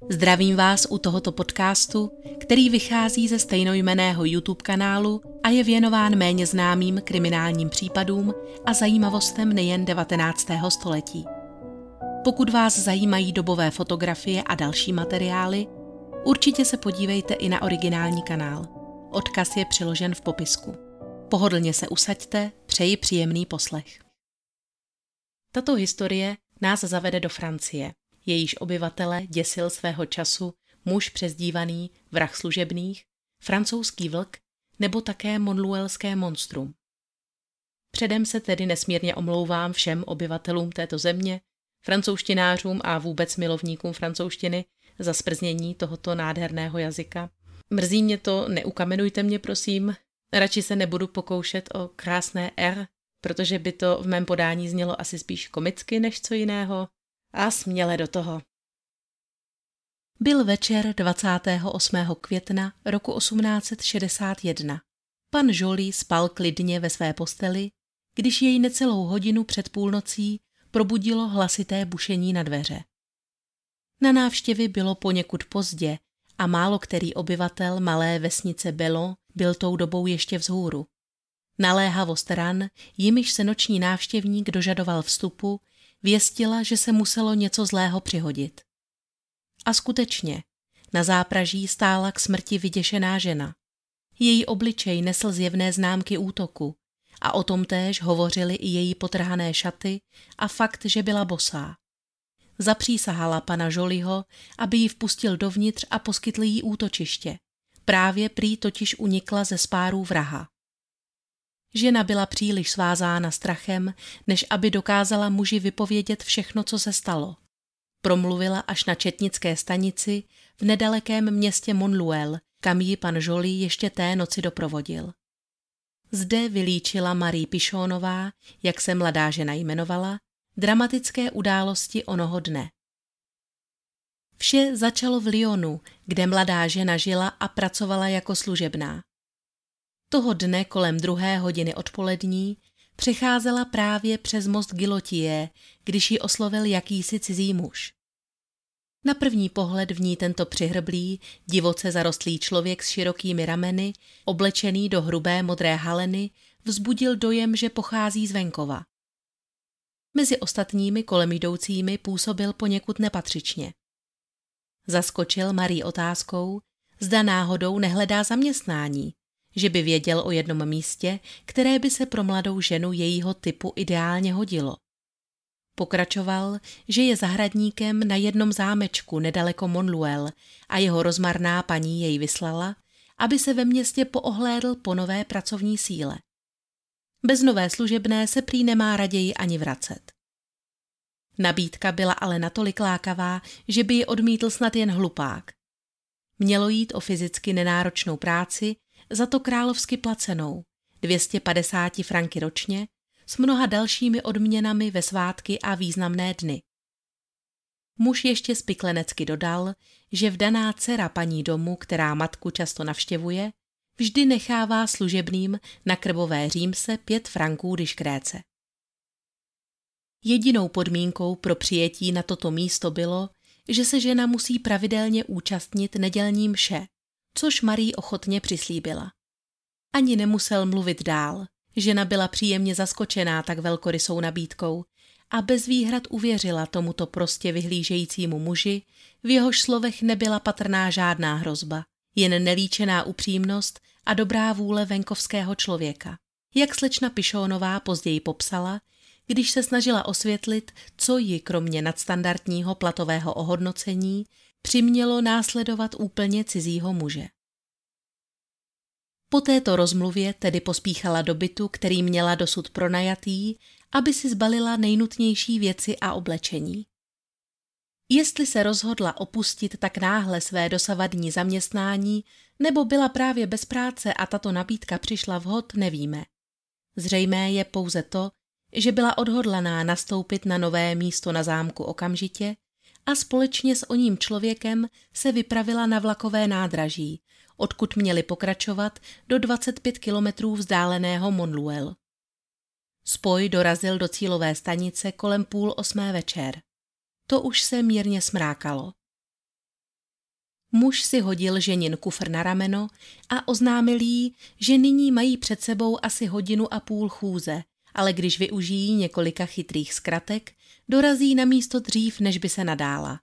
Zdravím vás u tohoto podcastu, který vychází ze stejnojmenného YouTube kanálu a je věnován méně známým kriminálním případům a zajímavostem nejen 19. století. Pokud vás zajímají dobové fotografie a další materiály, určitě se podívejte i na originální kanál. Odkaz je přiložen v popisku. Pohodlně se usaďte, přeji příjemný poslech. Tato historie nás zavede do Francie. Jejíž obyvatele děsil svého času muž přezdívaný vrah služebných, francouzský vlk nebo také monluelské monstrum. Předem se tedy nesmírně omlouvám všem obyvatelům této země, francouzštinářům a vůbec milovníkům francouzštiny za sprznění tohoto nádherného jazyka. Mrzí mě to, neukamenujte mě prosím, radši se nebudu pokoušet o krásné R, protože by to v mém podání znělo asi spíš komicky než co jiného. A směle do toho. Byl večer 28. května roku 1861. Pan Joly spal klidně ve své posteli, když jej necelou hodinu před půlnocí probudilo hlasité bušení na dveře. Na návštěvy bylo poněkud pozdě a málo který obyvatel malé vesnice Bellon byl tou dobou ještě vzhůru. Naléhavost ran, jimiž se noční návštěvník dožadoval vstupu, věstila, že se muselo něco zlého přihodit. A skutečně, na zápraží stála k smrti vyděšená žena. Její obličej nesl zjevné známky útoku a o tom též hovořily i její potrhané šaty a fakt, že byla bosá. Zapřísahala pana Jolyho, aby ji vpustil dovnitř a poskytl jí útočiště. Právě prý totiž unikla ze spárů vraha. Žena byla příliš svázána strachem, než aby dokázala muži vypovědět všechno, co se stalo. Promluvila až na četnické stanici v nedalekém městě Monluel, kam ji pan Joly ještě té noci doprovodil. Zde vylíčila Marie Pichonová, jak se mladá žena jmenovala, dramatické události onoho dne. Vše začalo v Lyonu, kde mladá žena žila a pracovala jako služebná. Toho dne kolem 2. hodiny odpolední přecházela právě přes most Guillotier, když ji oslovil jakýsi cizí muž. Na první pohled v ní tento přihrblý, divoce zarostlý člověk s širokými rameny, oblečený do hrubé modré haleny, vzbudil dojem, že pochází z venkova. Mezi ostatními kolem jdoucími působil poněkud nepatřičně. Zaskočil Marie otázkou, zda náhodou nehledá zaměstnání, že by věděl o jednom místě, které by se pro mladou ženu jejího typu ideálně hodilo. Pokračoval, že je zahradníkem na jednom zámečku nedaleko Monluel a jeho rozmarná paní jej vyslala, aby se ve městě poohlédl po nové pracovní síle. Bez nové služebné se prý nemá raději ani vracet. Nabídka byla ale natolik lákavá, že by ji odmítl snad jen hlupák. Mělo jít o fyzicky nenáročnou práci, za to královsky placenou, 250 franky ročně, s mnoha dalšími odměnami ve svátky a významné dny. Muž ještě spiklenecky dodal, že vdaná dcera paní domu, která matku často navštěvuje, vždy nechává služebným na krbové římse 5 franků diškréce. Jedinou podmínkou pro přijetí na toto místo bylo, že se žena musí pravidelně účastnit nedělní mše, což Marie ochotně přislíbila. Ani nemusel mluvit dál, žena byla příjemně zaskočená tak velkorysou nabídkou a bez výhrad uvěřila tomuto prostě vyhlížejícímu muži, v jehož slovech nebyla patrná žádná hrozba, jen nelíčená upřímnost a dobrá vůle venkovského člověka. Jak slečna Pichonová později popsala, když se snažila osvětlit, co ji kromě nadstandardního platového ohodnocení přimělo následovat úplně cizího muže. Po této rozmluvě tedy pospíchala do bytu, který měla dosud pronajatý, aby si zbalila nejnutnější věci a oblečení. Jestli se rozhodla opustit tak náhle své dosavadní zaměstnání, nebo byla právě bez práce a tato nabídka přišla vhod, nevíme. Zřejmé je pouze to, že byla odhodlaná nastoupit na nové místo na zámku okamžitě a společně s oním člověkem se vypravila na vlakové nádraží, odkud měli pokračovat do 25 kilometrů vzdáleného Monluel. Spoj dorazil do cílové stanice kolem 7:30 večer. To už se mírně smrákalo. Muž si hodil ženin kufr na rameno a oznámil jí, že nyní mají před sebou asi 1,5 hodiny chůze, ale když využijí několika chytrých zkratek, dorazí na místo dřív, než by se nadála.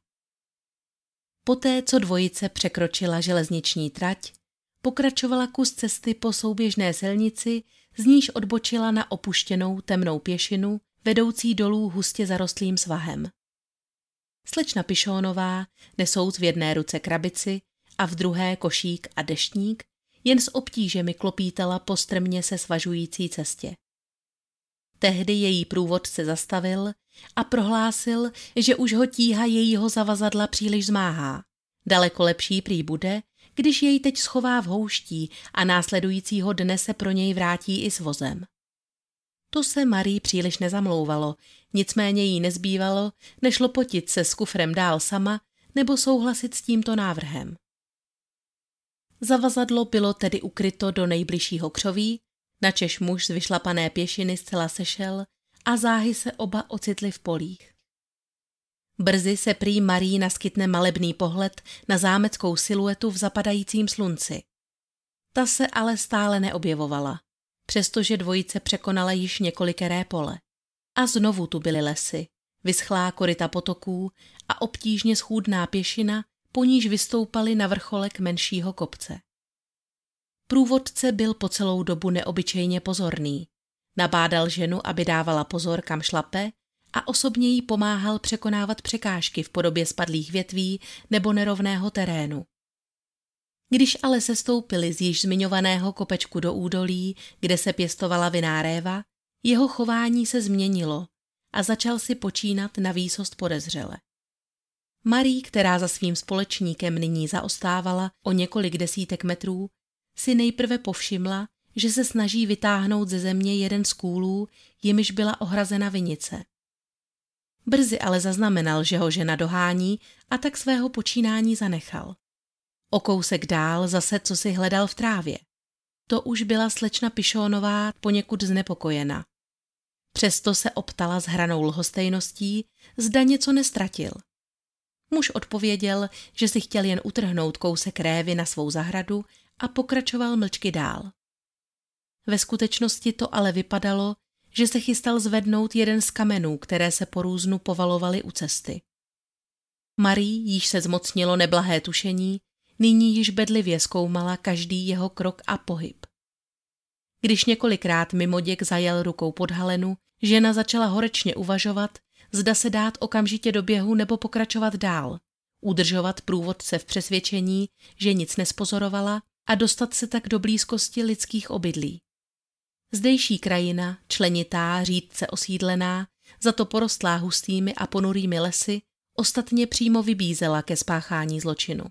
Poté, co dvojice překročila železniční trať, pokračovala kus cesty po souběžné silnici, z níž odbočila na opuštěnou temnou pěšinu, vedoucí dolů hustě zarostlým svahem. Slečna Pišónová, nesouc v jedné ruce krabici a v druhé košík a deštník, jen s obtížemi klopítala po strmě se svažující cestě. Tehdy její průvodce zastavil a prohlásil, že už ho tíha jejího zavazadla příliš zmáhá. Daleko lepší prý bude, když jej teď schová v houští a následujícího dne se pro něj vrátí i s vozem. To se Marii příliš nezamlouvalo, nicméně jí nezbývalo, než lopotit se s kufrem dál sama nebo souhlasit s tímto návrhem. Zavazadlo bylo tedy ukryto do nejbližšího křoví, načež muž z vyšlapané pěšiny zcela sešel a záhy se oba ocitli v polích. Brzy se prý Marii naskytne malebný pohled na zámeckou siluetu v zapadajícím slunci. Ta se ale stále neobjevovala, přestože dvojice překonala již několikeré pole. A znovu tu byly lesy, vyschlá koryta potoků a obtížně schůdná pěšina, po níž vystoupali na vrcholek menšího kopce. Průvodce byl po celou dobu neobyčejně pozorný. Nabádal ženu, aby dávala pozor, kam šlape, a osobně jí pomáhal překonávat překážky v podobě spadlých větví nebo nerovného terénu. Když ale sestoupili z již zmiňovaného kopečku do údolí, kde se pěstovala vinná réva, jeho chování se změnilo a začal si počínat na výsost podezřele. Marie, která za svým společníkem nyní zaostávala o několik desítek metrů, si nejprve povšimla, že se snaží vytáhnout ze země jeden z kůlů, jimiž byla ohrazena vinice. Brzy ale zaznamenal, že ho žena dohání, a tak svého počínání zanechal. O kousek dál zase cosi hledal v trávě. To už byla slečna Pišónová poněkud znepokojena. Přesto se optala s hranou lhostejností, zda něco nestratil. Muž odpověděl, že si chtěl jen utrhnout kousek révy na svou zahradu a pokračoval mlčky dál. Ve skutečnosti to ale vypadalo, že se chystal zvednout jeden z kamenů, které se po různu povalovaly u cesty. Marie, jíž se zmocnilo neblahé tušení, nyní již bedlivě zkoumala každý jeho krok a pohyb. Když několikrát mimoděk zajel rukou pod halenu, žena začala horečně uvažovat, zda se dát okamžitě do běhu nebo pokračovat dál, udržovat průvodce v přesvědčení, že nic nespozorovala, a dostat se tak do blízkosti lidských obydlí. Zdejší krajina, členitá, řídce osídlená, za to porostlá hustými a ponurými lesy, ostatně přímo vybízela ke spáchání zločinu.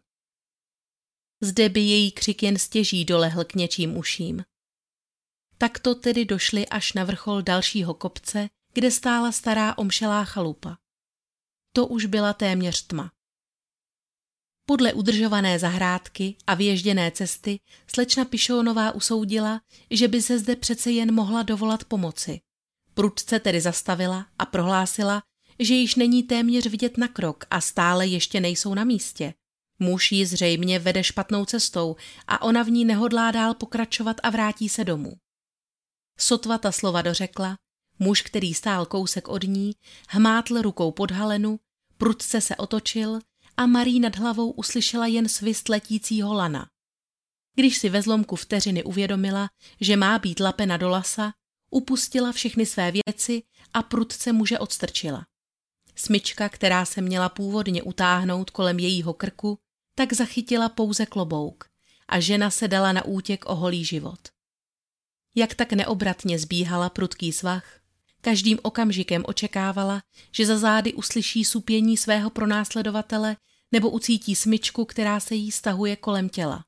Zde by její křik jen stěží dolehl k něčím uším. Takto tedy došli až na vrchol dalšího kopce, kde stála stará omšelá chalupa. To už byla téměř tma. Podle udržované zahrádky a vyježděné cesty slečna Pišónová usoudila, že by se zde přece jen mohla dovolat pomoci. Prudce tedy zastavila a prohlásila, že již není téměř vidět na krok a stále ještě nejsou na místě. Muž ji zřejmě vede špatnou cestou a ona v ní nehodlá dál pokračovat a vrátí se domů. Sotva ta slova dořekla, muž, který stál kousek od ní, hmátl rukou pod halenu, prudce se otočil a Marie nad hlavou uslyšela jen svist letícího lana. Když si ve zlomku vteřiny uvědomila, že má být lapena do lasa, upustila všechny své věci a prudce muže odstrčila. Smyčka, která se měla původně utáhnout kolem jejího krku, tak zachytila pouze klobouk a žena se dala na útěk o holý život. Jak tak neobratně zbíhala prudký svah, každým okamžikem očekávala, že za zády uslyší supění svého pronásledovatele nebo ucítí smyčku, která se jí stahuje kolem těla.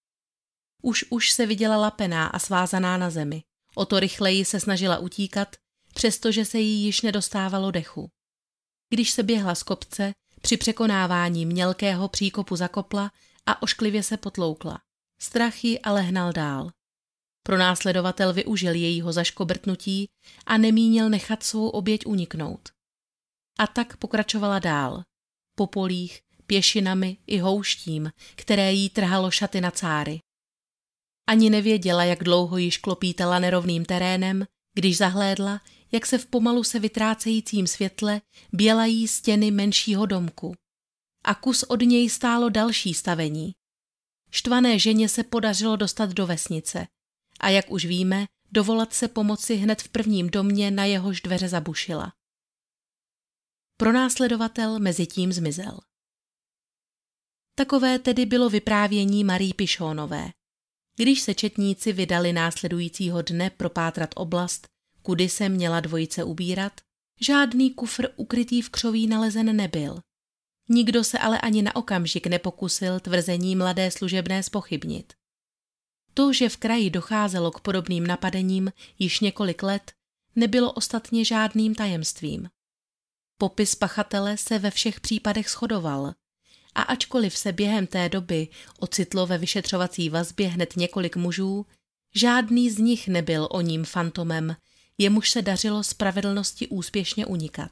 Už se viděla lapená a svázaná na zemi. O to rychleji se snažila utíkat, přestože se jí již nedostávalo dechu. Když se běhla z kopce, při překonávání mělkého příkopu zakopla a ošklivě se potloukla. Strach ji ale hnal dál. Pronásledovatel využil jejího zaškobrtnutí a nemínil nechat svou oběť uniknout. A tak pokračovala dál. Po polích, pěšinami i houštím, které jí trhalo šaty na cáry. Ani nevěděla, jak dlouho již klopítala nerovným terénem, když zahlédla, jak se v pomalu se vytrácejícím světle bělají stěny menšího domku. A kus od něj stálo další stavení. Štvané ženě se podařilo dostat do vesnice a jak už víme, dovolat se pomoci hned v prvním domě, na jehož dveře zabušila. Pronásledovatel mezi tím zmizel. Takové tedy bylo vyprávění Marie Pichonové. Když se četníci vydali následujícího dne propátrat oblast, kudy se měla dvojice ubírat, žádný kufr ukrytý v křoví nalezen nebyl. Nikdo se ale ani na okamžik nepokusil tvrzení mladé služebné zpochybnit. To, že v kraji docházelo k podobným napadením již několik let, nebylo ostatně žádným tajemstvím. Popis pachatele se ve všech případech shodoval a ačkoliv se během té doby ocitlo ve vyšetřovací vazbě hned několik mužů, žádný z nich nebyl oním fantomem, jemuž se dařilo spravedlnosti úspěšně unikat.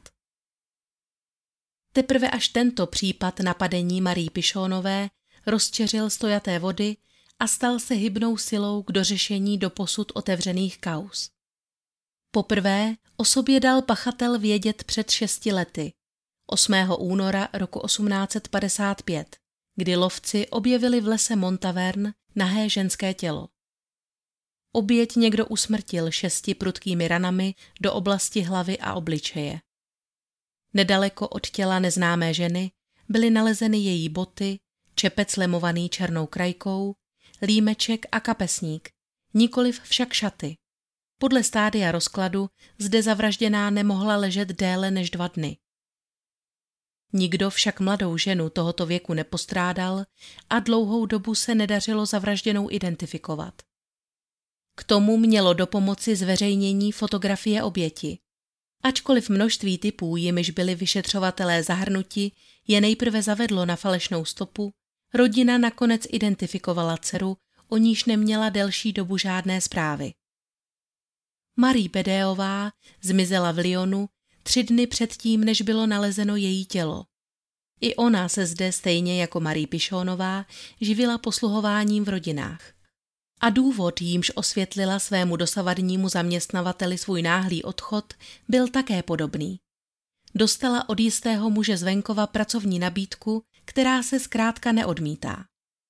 Teprve až tento případ napadení Marie Pichonové rozčeřil stojaté vody a stal se hybnou silou k dořešení doposud otevřených kauz. Poprvé o sobě dal pachatel vědět před 6 lety, 8. února roku 1855, kdy lovci objevili v lese Montavern nahé ženské tělo. Oběť někdo usmrtil 6 prudkými ranami do oblasti hlavy a obličeje. Nedaleko od těla neznámé ženy byly nalezeny její boty, čepec lemovaný černou krajkou, límeček a kapesník, nikoliv však šaty. Podle stádia rozkladu zde zavražděná nemohla ležet déle než 2 dny. Nikdo však mladou ženu tohoto věku nepostrádal a dlouhou dobu se nedařilo zavražděnou identifikovat. K tomu mělo dopomoci zveřejnění fotografie oběti. Ačkoliv množství typů, jimiž byli vyšetřovatelé zahrnuti, je nejprve zavedlo na falešnou stopu, rodina nakonec identifikovala dceru, o níž neměla delší dobu žádné zprávy. Marie Bedéová zmizela v Lyonu 3 dny předtím, než bylo nalezeno její tělo. I ona se zde stejně jako Marie Pichonová živila posluhováním v rodinách. A důvod, jímž osvětlila svému dosavadnímu zaměstnavateli svůj náhlý odchod, byl také podobný. Dostala od jistého muže z venkova pracovní nabídku, která se zkrátka neodmítá.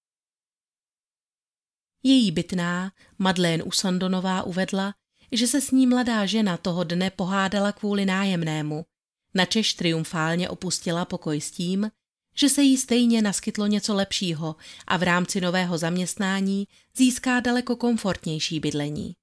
Její bytná, Madeleine Usandonová, uvedla, že se s ní mladá žena toho dne pohádala kvůli nájemnému, načež triumfálně opustila pokoj s tím, že se jí stejně naskytlo něco lepšího a v rámci nového zaměstnání získá daleko komfortnější bydlení.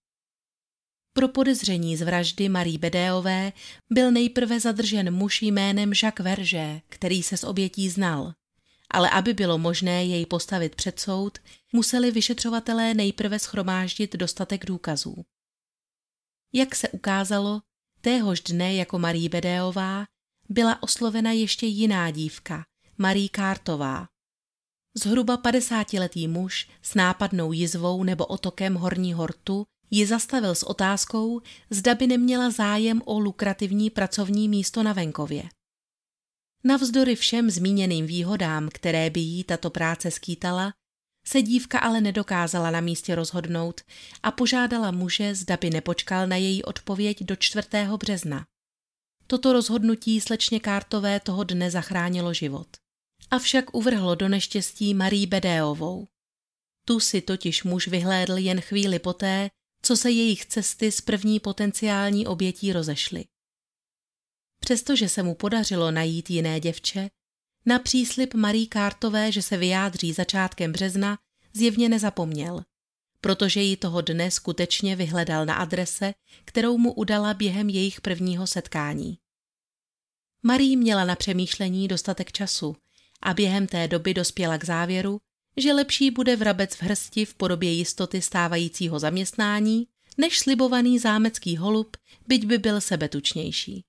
Pro podezření z vraždy Marie Bedéové byl nejprve zadržen muž jménem Jacques Verger, který se s obětí znal, ale aby bylo možné jej postavit před soud, museli vyšetřovatelé nejprve shromáždit dostatek důkazů. Jak se ukázalo, téhož dne jako Marie Bedéová byla oslovena ještě jiná dívka, Marie Cartová. Zhruba 50letý muž s nápadnou jizvou nebo otokem horního rtu ji zastavil s otázkou, zda by neměla zájem o lukrativní pracovní místo na venkově. Navzdory všem zmíněným výhodám, které by jí tato práce skýtala, se dívka ale nedokázala na místě rozhodnout a požádala muže, zda by nepočkal na její odpověď do 4. března. Toto rozhodnutí slečně Cartové toho dne zachránilo život. Avšak uvrhlo do neštěstí Marie Bedéovou. Tu si totiž muž vyhlédl jen chvíli poté, co se jejich cesty s první potenciální obětí rozešly. Přestože se mu podařilo najít jiné děvče, na příslib Marie Cartové, že se vyjádří začátkem března, zjevně nezapomněl, protože ji toho dne skutečně vyhledal na adrese, kterou mu udala během jejich prvního setkání. Marie měla na přemýšlení dostatek času a během té doby dospěla k závěru, že lepší bude vrabec v hrsti v podobě jistoty stávajícího zaměstnání, než slibovaný zámecký holub, byť by byl sebetučnější.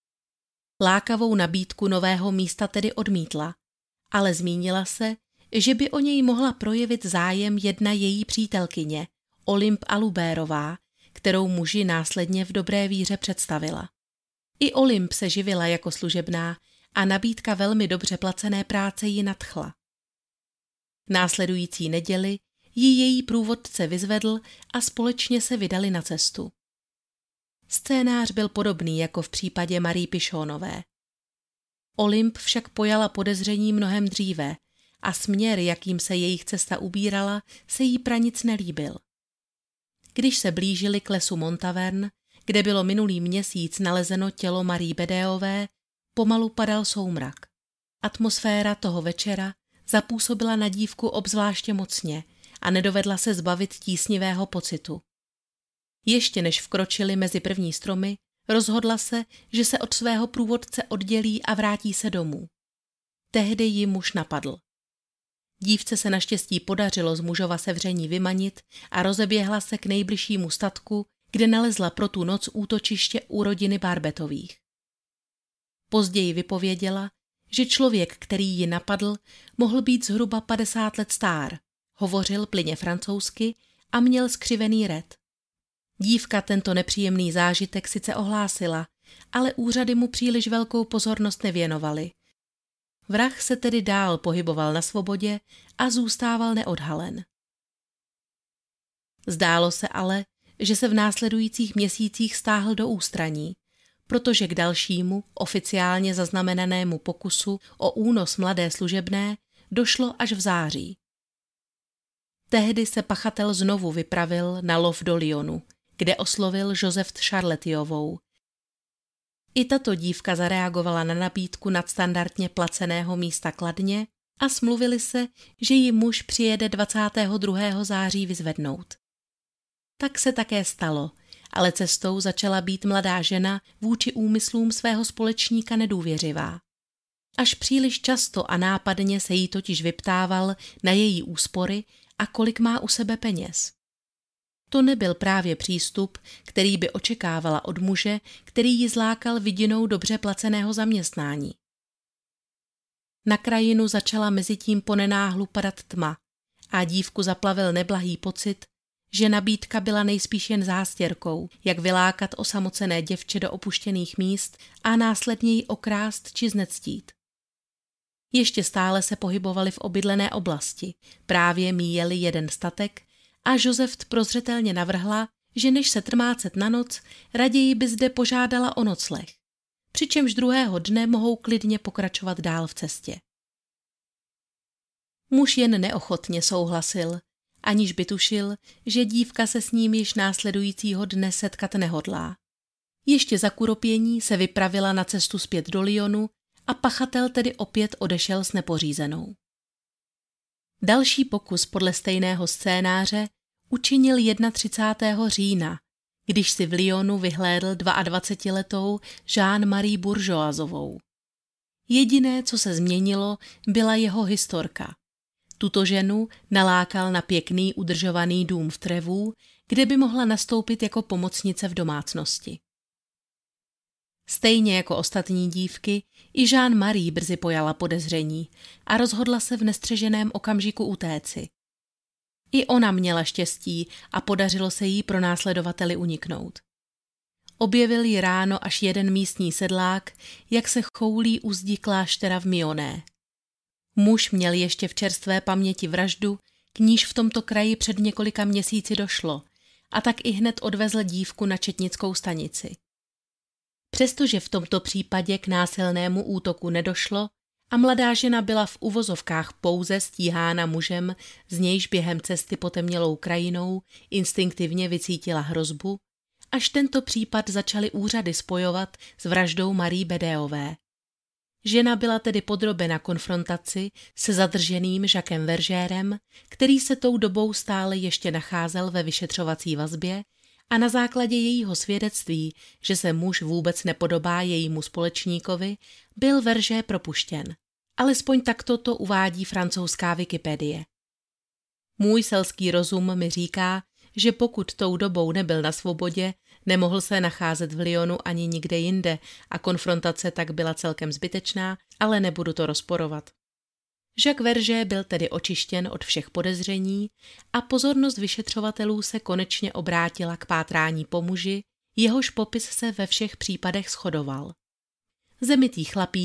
Lákavou nabídku nového místa tedy odmítla, ale zmínila se, že by o něj mohla projevit zájem jedna její přítelkyně, Olympe Alubérová, kterou muži následně v dobré víře představila. I Olympe se živila jako služebná a nabídka velmi dobře placené práce ji nadchla. Následující neděli ji její průvodce vyzvedl a společně se vydali na cestu. Scénář byl podobný jako v případě Marie Pichonové. Olymp však pojala podezření mnohem dříve a směr, jakým se jejich cesta ubírala, se jí pranic nelíbil. Když se blížili k lesu Montavern, kde bylo minulý měsíc nalezeno tělo Marie Bedeové, pomalu padal soumrak. Atmosféra toho večera zapůsobila na dívku obzvláště mocně a nedovedla se zbavit tísnivého pocitu. Ještě než vkročili mezi první stromy, rozhodla se, že se od svého průvodce oddělí a vrátí se domů. Tehdy ji muž napadl. Dívce se naštěstí podařilo z mužova sevření vymanit a rozeběhla se k nejbližšímu statku, kde nalezla pro tu noc útočiště u rodiny Barbetových. Později vypověděla, že člověk, který ji napadl, mohl být zhruba 50 let stár, hovořil plynně francouzsky a měl skřivený ret. Dívka tento nepříjemný zážitek sice ohlásila, ale úřady mu příliš velkou pozornost nevěnovaly. Vrah se tedy dál pohyboval na svobodě a zůstával neodhalen. Zdálo se ale, že se v následujících měsících stáhl do ústraní, protože k dalšímu, oficiálně zaznamenanému pokusu o únos mladé služebné došlo až v září. Tehdy se pachatel znovu vypravil na lov do Lyonu, kde oslovil Joseph Charletiovou. I tato dívka zareagovala na nabídku nadstandardně placeného místa kladně a smluvili se, že ji muž přijede 22. září vyzvednout. Tak se také stalo, ale cestou začala být mladá žena vůči úmyslům svého společníka nedůvěřivá. Až příliš často a nápadně se jí totiž vyptával na její úspory a kolik má u sebe peněz. To nebyl právě přístup, který by očekávala od muže, který ji zlákal vidinou dobře placeného zaměstnání. Na krajinu začala mezitím ponenáhlu padat tma a dívku zaplavil neblahý pocit, že nabídka byla nejspíš jen zástěrkou, jak vylákat osamocené děvče do opuštěných míst a následně ji okrást či znectít. Ještě stále se pohybovali v obydlené oblasti, právě míjeli jeden statek a Joseph prozřetelně navrhla, že než se trmácet na noc, raději by zde požádala o nocleh, přičemž druhého dne mohou klidně pokračovat dál v cestě. Muž jen neochotně souhlasil, aniž by tušil, že dívka se s ním již následujícího dne setkat nehodlá. Ještě za kuropění se vypravila na cestu zpět do Lyonu a pachatel tedy opět odešel s nepořízenou. Další pokus podle stejného scénáře učinil 31. října, když si v Lyonu vyhlédl 22letou Jeanne-Marie Bourgeoisovou. Jediné, co se změnilo, byla jeho historka. Tuto ženu nalákal na pěkný udržovaný dům v Trevoux, kde by mohla nastoupit jako pomocnice v domácnosti. Stejně jako ostatní dívky, i Jeanne-Marie brzy pojala podezření a rozhodla se v nestřeženém okamžiku utéci. I ona měla štěstí a podařilo se jí pronásledovateli uniknout. Objevil ji ráno až jeden místní sedlák, jak se choulí u zdi kláštera v Myoné. Muž měl ještě v čerstvé paměti vraždu, k níž v tomto kraji před několika měsíci došlo, a tak i hned odvezl dívku na četnickou stanici. Přestože v tomto případě k násilnému útoku nedošlo a mladá žena byla v uvozovkách pouze stíhána mužem, z nějž během cesty potemnělou krajinou instinktivně vycítila hrozbu, až tento případ začaly úřady spojovat s vraždou Marie Bedeové. Žena byla tedy podrobena konfrontaci se zadrženým Jacquem Vergérem, který se tou dobou stále ještě nacházel ve vyšetřovací vazbě, a na základě jejího svědectví, že se muž vůbec nepodobá jejímu společníkovi, byl Vergé propuštěn. Alespoň takto to uvádí francouzská Wikipedie. Můj selský rozum mi říká, že pokud tou dobou nebyl na svobodě, nemohl se nacházet v Lyonu ani nikde jinde a konfrontace tak byla celkem zbytečná, ale nebudu to rozporovat. Jacques Vergé byl tedy očištěn od všech podezření a pozornost vyšetřovatelů se konečně obrátila k pátrání po muži, jehož popis se ve všech případech shodoval. Zemitý chlapík,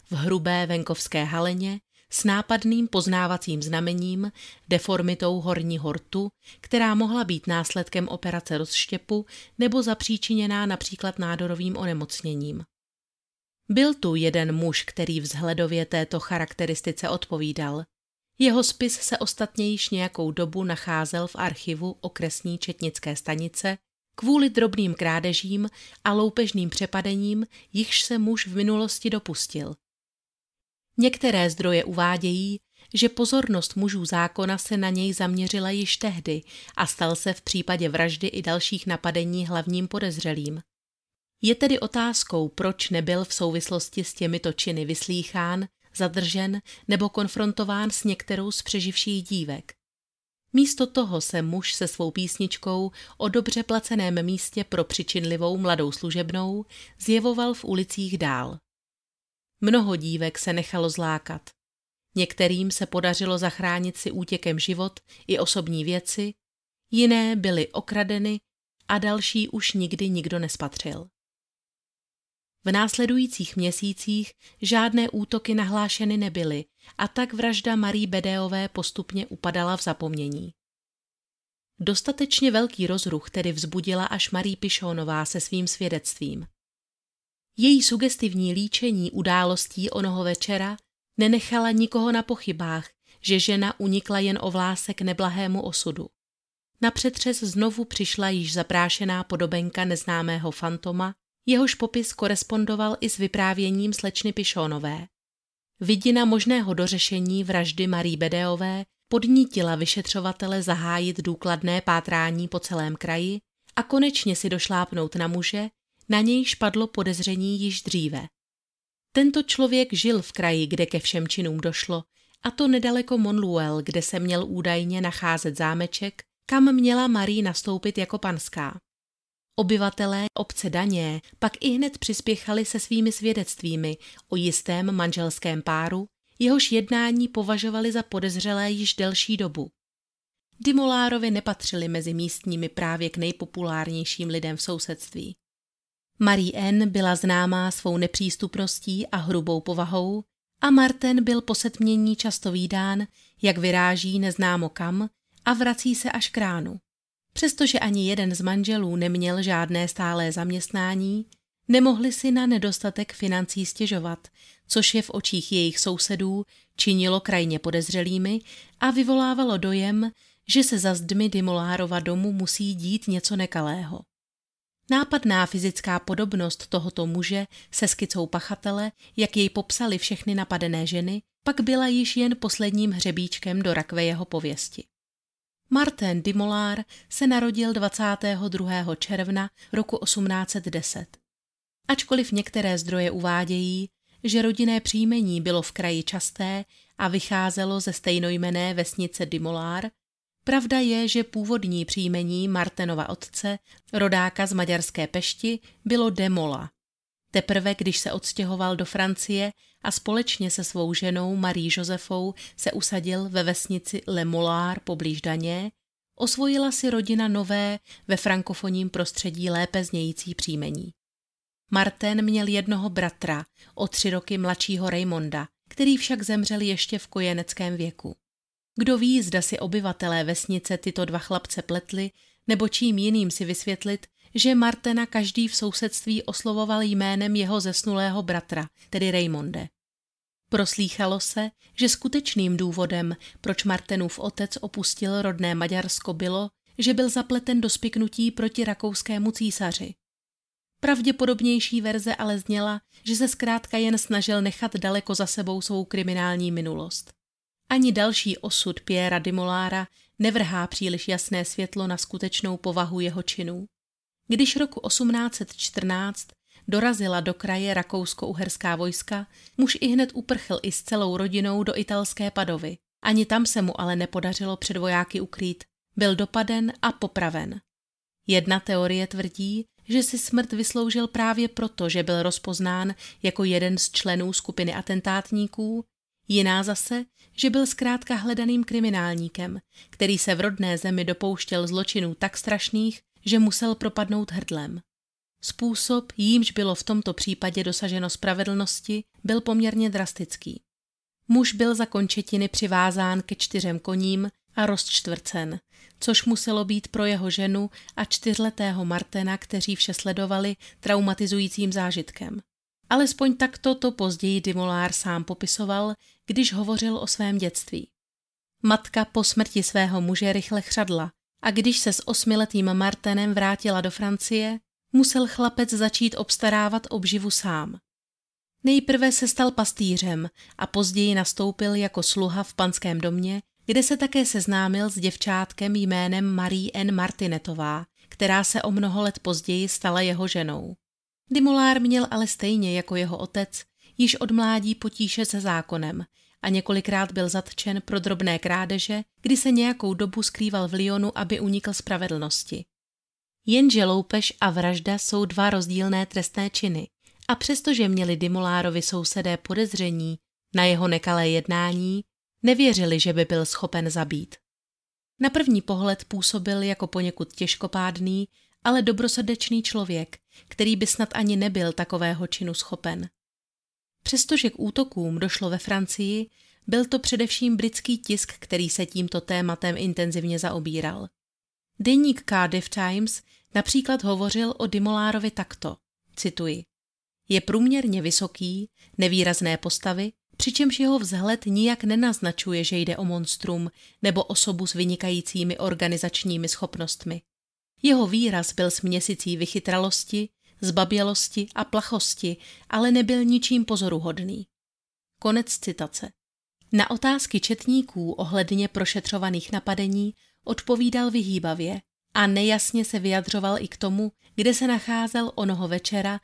v hrubé venkovské haleně s nápadným poznávacím znamením, deformitou horního rtu, která mohla být následkem operace rozštěpu nebo zapříčiněná například nádorovým onemocněním. Byl tu jeden muž, který vzhledově této charakteristice odpovídal. Jeho spis se ostatně již nějakou dobu nacházel v archivu okresní četnické stanice kvůli drobným krádežím a loupežným přepadením, jichž se muž v minulosti dopustil. Některé zdroje uvádějí, že pozornost mužů zákona se na něj zaměřila již tehdy a stal se v případě vraždy i dalších napadení hlavním podezřelým. Je tedy otázkou, proč nebyl v souvislosti s těmito činy vyslýchán, zadržen nebo konfrontován s některou z přeživších dívek. Místo toho se muž se svou písničkou o dobře placeném místě pro přičinlivou mladou služebnou zjevoval v ulicích dál. Mnoho dívek se nechalo zlákat. Některým se podařilo zachránit si útěkem život i osobní věci, jiné byly okradeny a další už nikdy nikdo nespatřil. V následujících měsících žádné útoky nahlášeny nebyly a tak vražda Marie Bedeové postupně upadala v zapomnění. Dostatečně velký rozruch tedy vzbudila až Marie Pichonová se svým svědectvím. Její sugestivní líčení událostí onoho večera nenechala nikoho na pochybách, že žena unikla jen o vlásek neblahému osudu. Na přetřes znovu přišla již zaprášená podobenka neznámého fantoma, jehož popis korespondoval i s vyprávěním slečny Pichonové. Vidina možného dořešení vraždy Marie Bedeové podnítila vyšetřovatele zahájit důkladné pátrání po celém kraji a konečně si došlápnout na muže, na nějž padlo podezření již dříve. Tento člověk žil v kraji, kde ke všem činům došlo, a to nedaleko Montluel, kde se měl údajně nacházet zámeček, kam měla Marie nastoupit jako panská. Obyvatelé obce Daně pak ihned přispěchali se svými svědectvími o jistém manželském páru, jehož jednání považovali za podezřelé již delší dobu. Dimolárovi nepatřili mezi místními právě k nejpopulárnějším lidem v sousedství. Marie N. byla známá svou nepřístupností a hrubou povahou a Martin byl po setmění často vídán, jak vyráží neznámo kam a vrací se až k ránu. Přestože ani jeden z manželů neměl žádné stálé zaměstnání, nemohli si na nedostatek financí stěžovat, což je v očích jejich sousedů činilo krajně podezřelými a vyvolávalo dojem, že se za zdmi Dimolárova domu musí dít něco nekalého. Nápadná fyzická podobnost tohoto muže se skicou pachatele, jak jej popsali všechny napadené ženy, pak byla již jen posledním hřebíčkem do rakve jeho pověsti. Martin Dimolár se narodil 22. června roku 1810. Ačkoliv některé zdroje uvádějí, že rodinné příjmení bylo v kraji časté a vycházelo ze stejnojmenné vesnice Dimolár, pravda je, že původní příjmení Martinova otce, rodáka z maďarské Pešti, bylo Demola. Teprve když se odstěhoval do Francie a společně se svou ženou Marie Josefou se usadil ve vesnici Le Mollard poblíž Daně, osvojila si rodina nové ve frankofonním prostředí lépe znějící příjmení. Martin měl jednoho bratra, o 3 roky mladšího Raymonda, který však zemřel ještě v kojeneckém věku. Kdo ví, zda si obyvatelé vesnice tyto dva chlapce pletli, nebo čím jiným si vysvětlit, že Martina každý v sousedství oslovoval jménem jeho zesnulého bratra, tedy Raymonde. Proslýchalo se, že skutečným důvodem, proč Martinův otec opustil rodné Maďarsko, bylo, že byl zapleten do spiknutí proti rakouskému císaři. Pravděpodobnější verze ale zněla, že se zkrátka jen snažil nechat daleko za sebou svou kriminální minulost. Ani další osud Pierra Dimolára nevrhá příliš jasné světlo na skutečnou povahu jeho činů. Když roku 1814 dorazila do kraje rakousko-uherská vojska, muž ihned uprchl i s celou rodinou do italské Padovy. Ani tam se mu ale nepodařilo před vojáky ukrýt. Byl dopaden a popraven. Jedna teorie tvrdí, že si smrt vysloužil právě proto, že byl rozpoznán jako jeden z členů skupiny atentátníků, jiná zase, že byl zkrátka hledaným kriminálníkem, který se v rodné zemi dopouštěl zločinů tak strašných, že musel propadnout hrdlem. Způsob, jímž bylo v tomto případě dosaženo spravedlnosti, byl poměrně drastický. Muž byl za končetiny přivázán ke 4 koním a rozčtvrcen, což muselo být pro jeho ženu a 4letého Martina, kteří vše sledovali, traumatizujícím zážitkem. Alespoň takto to později de Molard sám popisoval, když hovořil o svém dětství. Matka po smrti svého muže rychle chřadla a když se s 8letým Martinem vrátila do Francie, musel chlapec začít obstarávat obživu sám. Nejprve se stal pastýřem a později nastoupil jako sluha v panském domě, kde se také seznámil s děvčátkem jménem Marie N. Martinetová, která se o mnoho let později stala jeho ženou. De Molard měl ale stejně jako jeho otec již od mládí potíže se zákonem a několikrát byl zatčen pro drobné krádeže, kdy se nějakou dobu skrýval v Lyonu, aby unikl spravedlnosti. Jenže loupež a vražda jsou 2 rozdílné trestné činy a přestože měli de Molardovi sousedé podezření na jeho nekalé jednání, nevěřili, že by byl schopen zabít. Na první pohled působil jako poněkud těžkopádný, ale dobrosrdečný člověk, který by snad ani nebyl takového činu schopen. Přestože k útokům došlo ve Francii, byl to především britský tisk, který se tímto tématem intenzivně zaobíral. Deník Cardiff Times například hovořil o de Molardovi takto, cituji: je průměrně vysoký, nevýrazné postavy, přičemž jeho vzhled nijak nenaznačuje, že jde o monstrum nebo osobu s vynikajícími organizačními schopnostmi. Jeho výraz byl směsicí vychytralosti, zbabělosti a plachosti, ale nebyl ničím pozoruhodný. Konec citace. Na otázky četníků ohledně prošetřovaných napadení odpovídal vyhýbavě a nejasně se vyjadřoval i k tomu, kde se nacházel onoho večera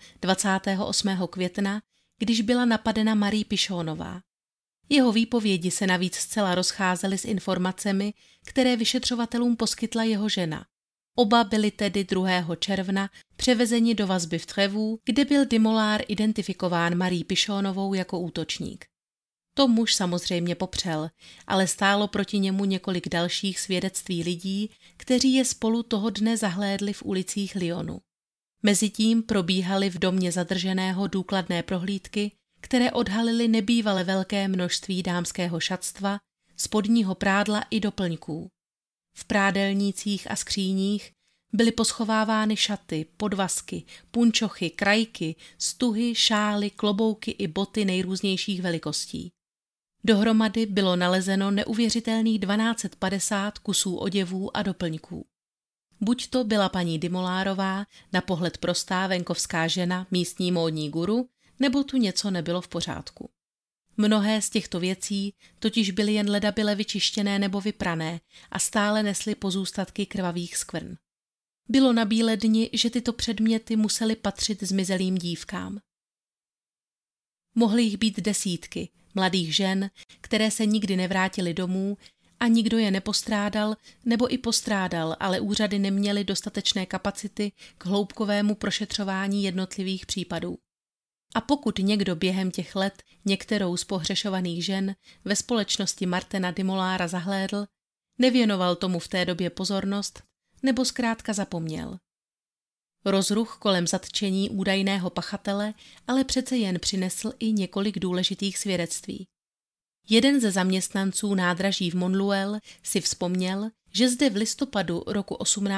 28. května, když byla napadena Marie Pichonová. Jeho výpovědi se navíc zcela rozcházely s informacemi, které vyšetřovatelům poskytla jeho žena. Oba byli tedy 2. června převezeni do vazby v Trevoux, kde byl de Molard identifikován Marie Pichonovou jako útočník. To muž samozřejmě popřel, ale stálo proti němu několik dalších svědectví lidí, kteří je spolu toho dne zahlédli v ulicích Lyonu. Mezitím probíhaly v domě zadrženého důkladné prohlídky, které odhalily nebývale velké množství dámského šatstva, spodního prádla i doplňků. V prádelnících a skříních byly poschovávány šaty, podvazky, punčochy, krajky, stuhy, šály, klobouky i boty nejrůznějších velikostí. Dohromady bylo nalezeno neuvěřitelných 1250 kusů oděvů a doplňků. Buď to byla paní de Molardová, na pohled prostá venkovská žena, místní módní guru, nebo tu něco nebylo v pořádku. Mnohé z těchto věcí totiž byly jen ledabyle vyčištěné nebo vyprané a stále nesly pozůstatky krvavých skvrn. Bylo nabíledni, že tyto předměty musely patřit zmizelým dívkám. Mohly jich být desítky, mladých žen, které se nikdy nevrátily domů a nikdo je nepostrádal nebo i postrádal, ale úřady neměly dostatečné kapacity k hloubkovému prošetřování jednotlivých případů. A pokud někdo během těch let některou z pohřešovaných žen ve společnosti Martina de Molarda zahlédl, nevěnoval tomu v té době pozornost nebo zkrátka zapomněl. Rozruch kolem zatčení údajného pachatele ale přece jen přinesl i několik důležitých svědectví. Jeden ze zaměstnanců nádraží v Montluel si vzpomněl, že zde v listopadu roku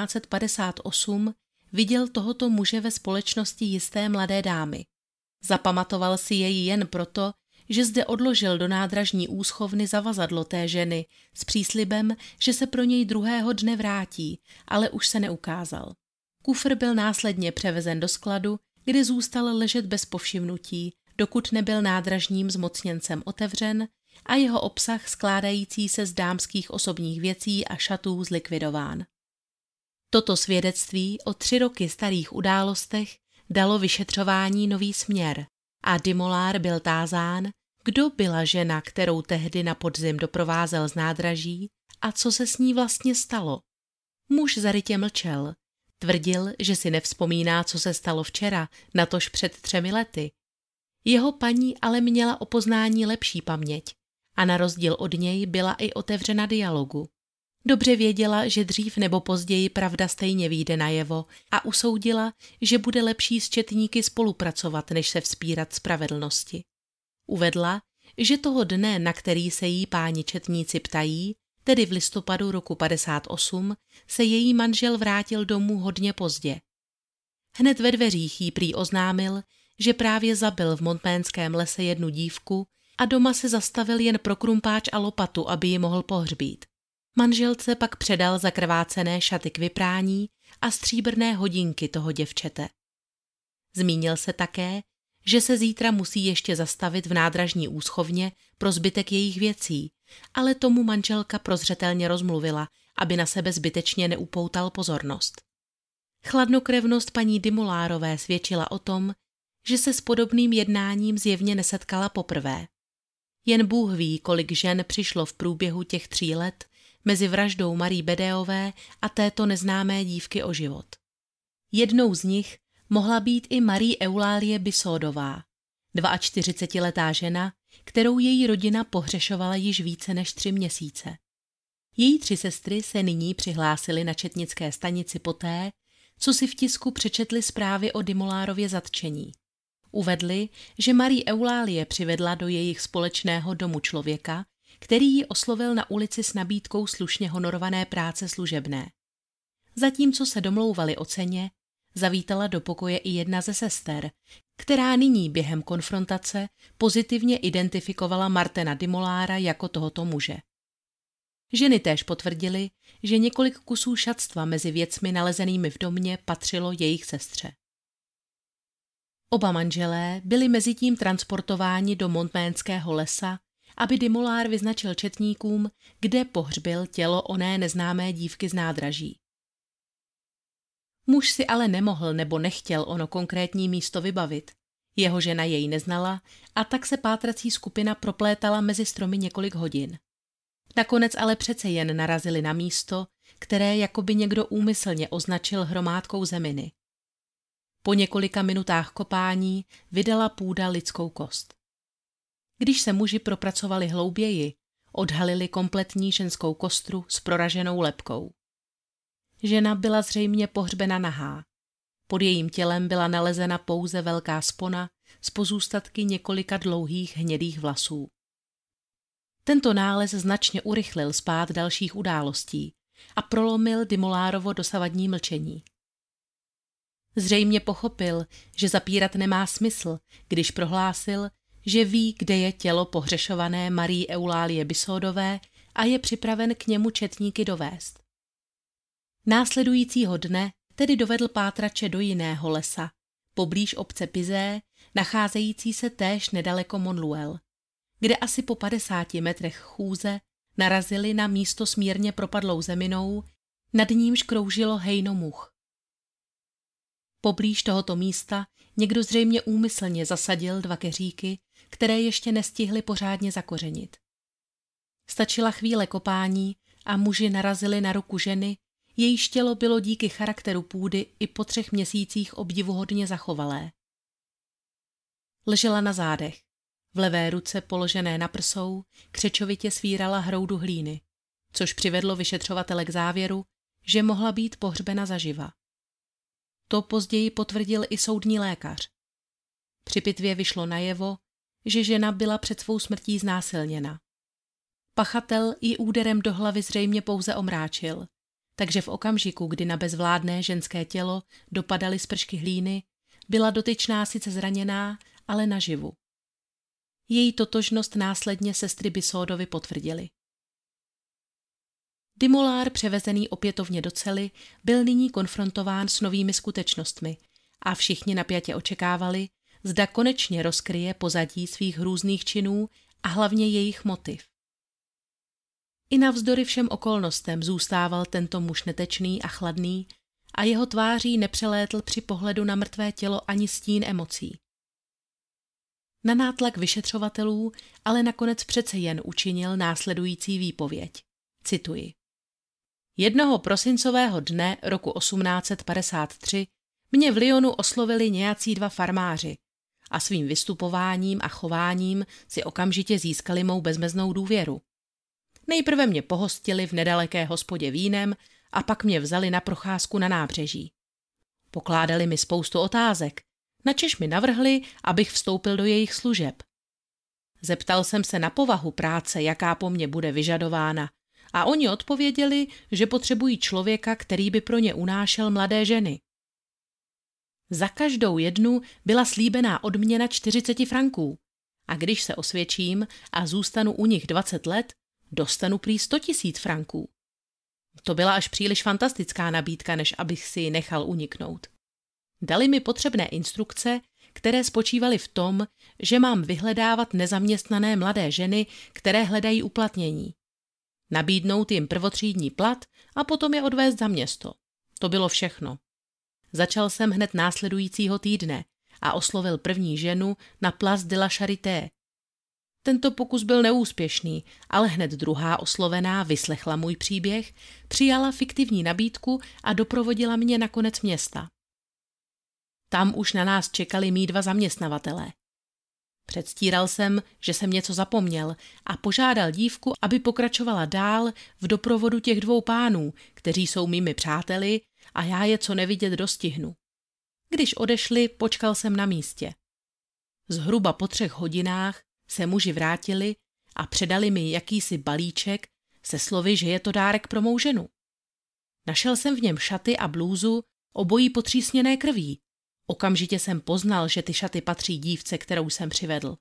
1858 viděl tohoto muže ve společnosti jisté mladé dámy. Zapamatoval si jej jen proto, že zde odložil do nádražní úschovny zavazadlo té ženy s příslibem, že se pro něj druhého dne vrátí, ale už se neukázal. Kufr byl následně převezen do skladu, kde zůstal ležet bez povšimnutí, dokud nebyl nádražním zmocněncem otevřen a jeho obsah skládající se z dámských osobních věcí a šatů zlikvidován. Toto svědectví o 3 roky starých událostech dalo vyšetřování nový směr a de Molard byl tázán, kdo byla žena, kterou tehdy na podzim doprovázel z nádraží a co se s ní vlastně stalo. Muž zarytě mlčel, tvrdil, že si nevzpomíná, co se stalo včera, natož před 3 lety. Jeho paní ale měla o poznání lepší paměť a na rozdíl od něj byla i otevřena dialogu. Dobře věděla, že dřív nebo později pravda stejně vyjde najevo a usoudila, že bude lepší s četníky spolupracovat, než se vzpírat spravedlnosti. Uvedla, že toho dne, na který se jí páni četníci ptají, tedy v listopadu roku 58, se její manžel vrátil domů hodně pozdě. Hned ve dveřích jí prý oznámil, že právě zabil v Montménském lese jednu dívku a doma se zastavil jen pro krumpáč a lopatu, aby ji mohl pohřbít. Manželce pak předal zakrvácené šaty k vyprání a stříbrné hodinky toho děvčete. Zmínil se také, že se zítra musí ještě zastavit v nádražní úschovně pro zbytek jejich věcí, ale tomu manželka prozřetelně rozmluvila, aby na sebe zbytečně neupoutal pozornost. Chladnokrevnost paní de Molárové svědčila o tom, že se s podobným jednáním zjevně nesetkala poprvé. Jen Bůh ví, kolik žen přišlo v průběhu těch 3 let mezi vraždou Marie Bedeové a této neznámé dívky o život. Jednou z nich mohla být i Marie Eulálie Bisodová, 42letá žena, kterou její rodina pohřešovala již více než 3 měsíce. Její 3 sestry se nyní přihlásily na četnické stanici poté, co si v tisku přečetli zprávy o de Molárově zatčení. Uvedli, že Marie Eulálie přivedla do jejich společného domu člověka, který ji oslovil na ulici s nabídkou slušně honorované práce služebné. Zatímco se domlouvali o ceně, zavítala do pokoje i jedna ze sester, která nyní během konfrontace pozitivně identifikovala Martina de Molára jako tohoto muže. Ženy též potvrdily, že několik kusů šatstva mezi věcmi nalezenými v domě patřilo jejich sestře. Oba manželé byli mezitím transportováni do Montménského lesa, aby de Molár vyznačil četníkům, kde pohřbil tělo oné neznámé dívky z nádraží. Muž si ale nemohl nebo nechtěl ono konkrétní místo vybavit. Jeho žena jej neznala a tak se pátrací skupina proplétala mezi stromy několik hodin. Nakonec ale přece jen narazili na místo, které jakoby někdo úmyslně označil hromádkou zeminy. Po několika minutách kopání vydala půda lidskou kost. Když se muži propracovali hlouběji, odhalili kompletní ženskou kostru s proraženou lebkou. Žena byla zřejmě pohřbena nahá. Pod jejím tělem byla nalezena pouze velká spona s pozůstatky několika dlouhých hnědých vlasů. Tento nález značně urychlil spád dalších událostí a prolomil de Molárovo dosavadní mlčení. Zřejmě pochopil, že zapírat nemá smysl, když prohlásil, že ví, kde je tělo pohřešované Marie Eulálie Bisodové a je připraven k němu četníky dovést. Následujícího dne tedy dovedl pátrače do jiného lesa, poblíž obce Pizé, nacházející se též nedaleko Monluel, kde asi po 50 metrech chůze narazili na místo s mírně propadlou zeminou, nad nímž kroužilo hejno much. Poblíž tohoto místa někdo zřejmě úmyslně zasadil 2 keříky, které ještě nestihly pořádně zakořenit. Stačila chvíle kopání a muži narazili na ruku ženy, jejíž tělo bylo díky charakteru půdy i po 3 měsících obdivuhodně zachovalé. Ležela na zádech, v levé ruce položené na prsou křečovitě svírala hroudu hlíny, což přivedlo vyšetřovatele k závěru, že mohla být pohřbena zaživa. To později potvrdil i soudní lékař. Při pitvě vyšlo najevo, že žena byla před svou smrtí znásilněna. Pachatel ji úderem do hlavy zřejmě pouze omráčil, takže v okamžiku, kdy na bezvládné ženské tělo dopadaly spršky hlíny, byla dotyčná sice zraněná, ale naživu. Její totožnost následně sestry Bisodovy potvrdily. De Molár, převezený opětovně do cely, byl nyní konfrontován s novými skutečnostmi a všichni napjatě očekávali, zda konečně rozkryje pozadí svých hrůzných činů a hlavně jejich motiv. I navzdory všem okolnostem zůstával tento muž netečný a chladný a jeho tváří nepřelétl při pohledu na mrtvé tělo ani stín emocí. Na nátlak vyšetřovatelů ale nakonec přece jen učinil následující výpověď. Cituji. Jednoho prosincového dne roku 1853 mě v Lyonu oslovili nějací 2 farmáři a svým vystupováním a chováním si okamžitě získali mou bezmeznou důvěru. Nejprve mě pohostili v nedaleké hospodě vínem a pak mě vzali na procházku na nábřeží. Pokládali mi spoustu otázek, načež mi navrhli, abych vstoupil do jejich služeb. Zeptal jsem se na povahu práce, jaká po mně bude vyžadována, a oni odpověděli, že potřebují člověka, který by pro ně unášel mladé ženy. Za každou jednu byla slíbená odměna 40 franků a když se osvědčím a zůstanu u nich 20 let, dostanu prý 100 000 franků. To byla až příliš fantastická nabídka, než abych si ji nechal uniknout. Dali mi potřebné instrukce, které spočívaly v tom, že mám vyhledávat nezaměstnané mladé ženy, které hledají uplatnění. Nabídnout jim prvotřídní plat a potom je odvést za město. To bylo všechno. Začal jsem hned následujícího týdne a oslovil první ženu na Place de la Charité. Tento pokus byl neúspěšný, ale hned druhá oslovená vyslechla můj příběh, přijala fiktivní nabídku a doprovodila mě na konec města. Tam už na nás čekali mí 2 zaměstnavatelé. Předstíral jsem, že jsem něco zapomněl a požádal dívku, aby pokračovala dál v doprovodu těch 2 pánů, kteří jsou mými přáteli a já je co nevidět dostihnu. Když odešli, počkal jsem na místě. Zhruba po 3 hodinách se muži vrátili a předali mi jakýsi balíček se slovy, že je to dárek pro mou ženu. Našel jsem v něm šaty a blůzu, obojí potřísněné krví. Okamžitě jsem poznal, že ty šaty patří dívce, kterou jsem přivedl.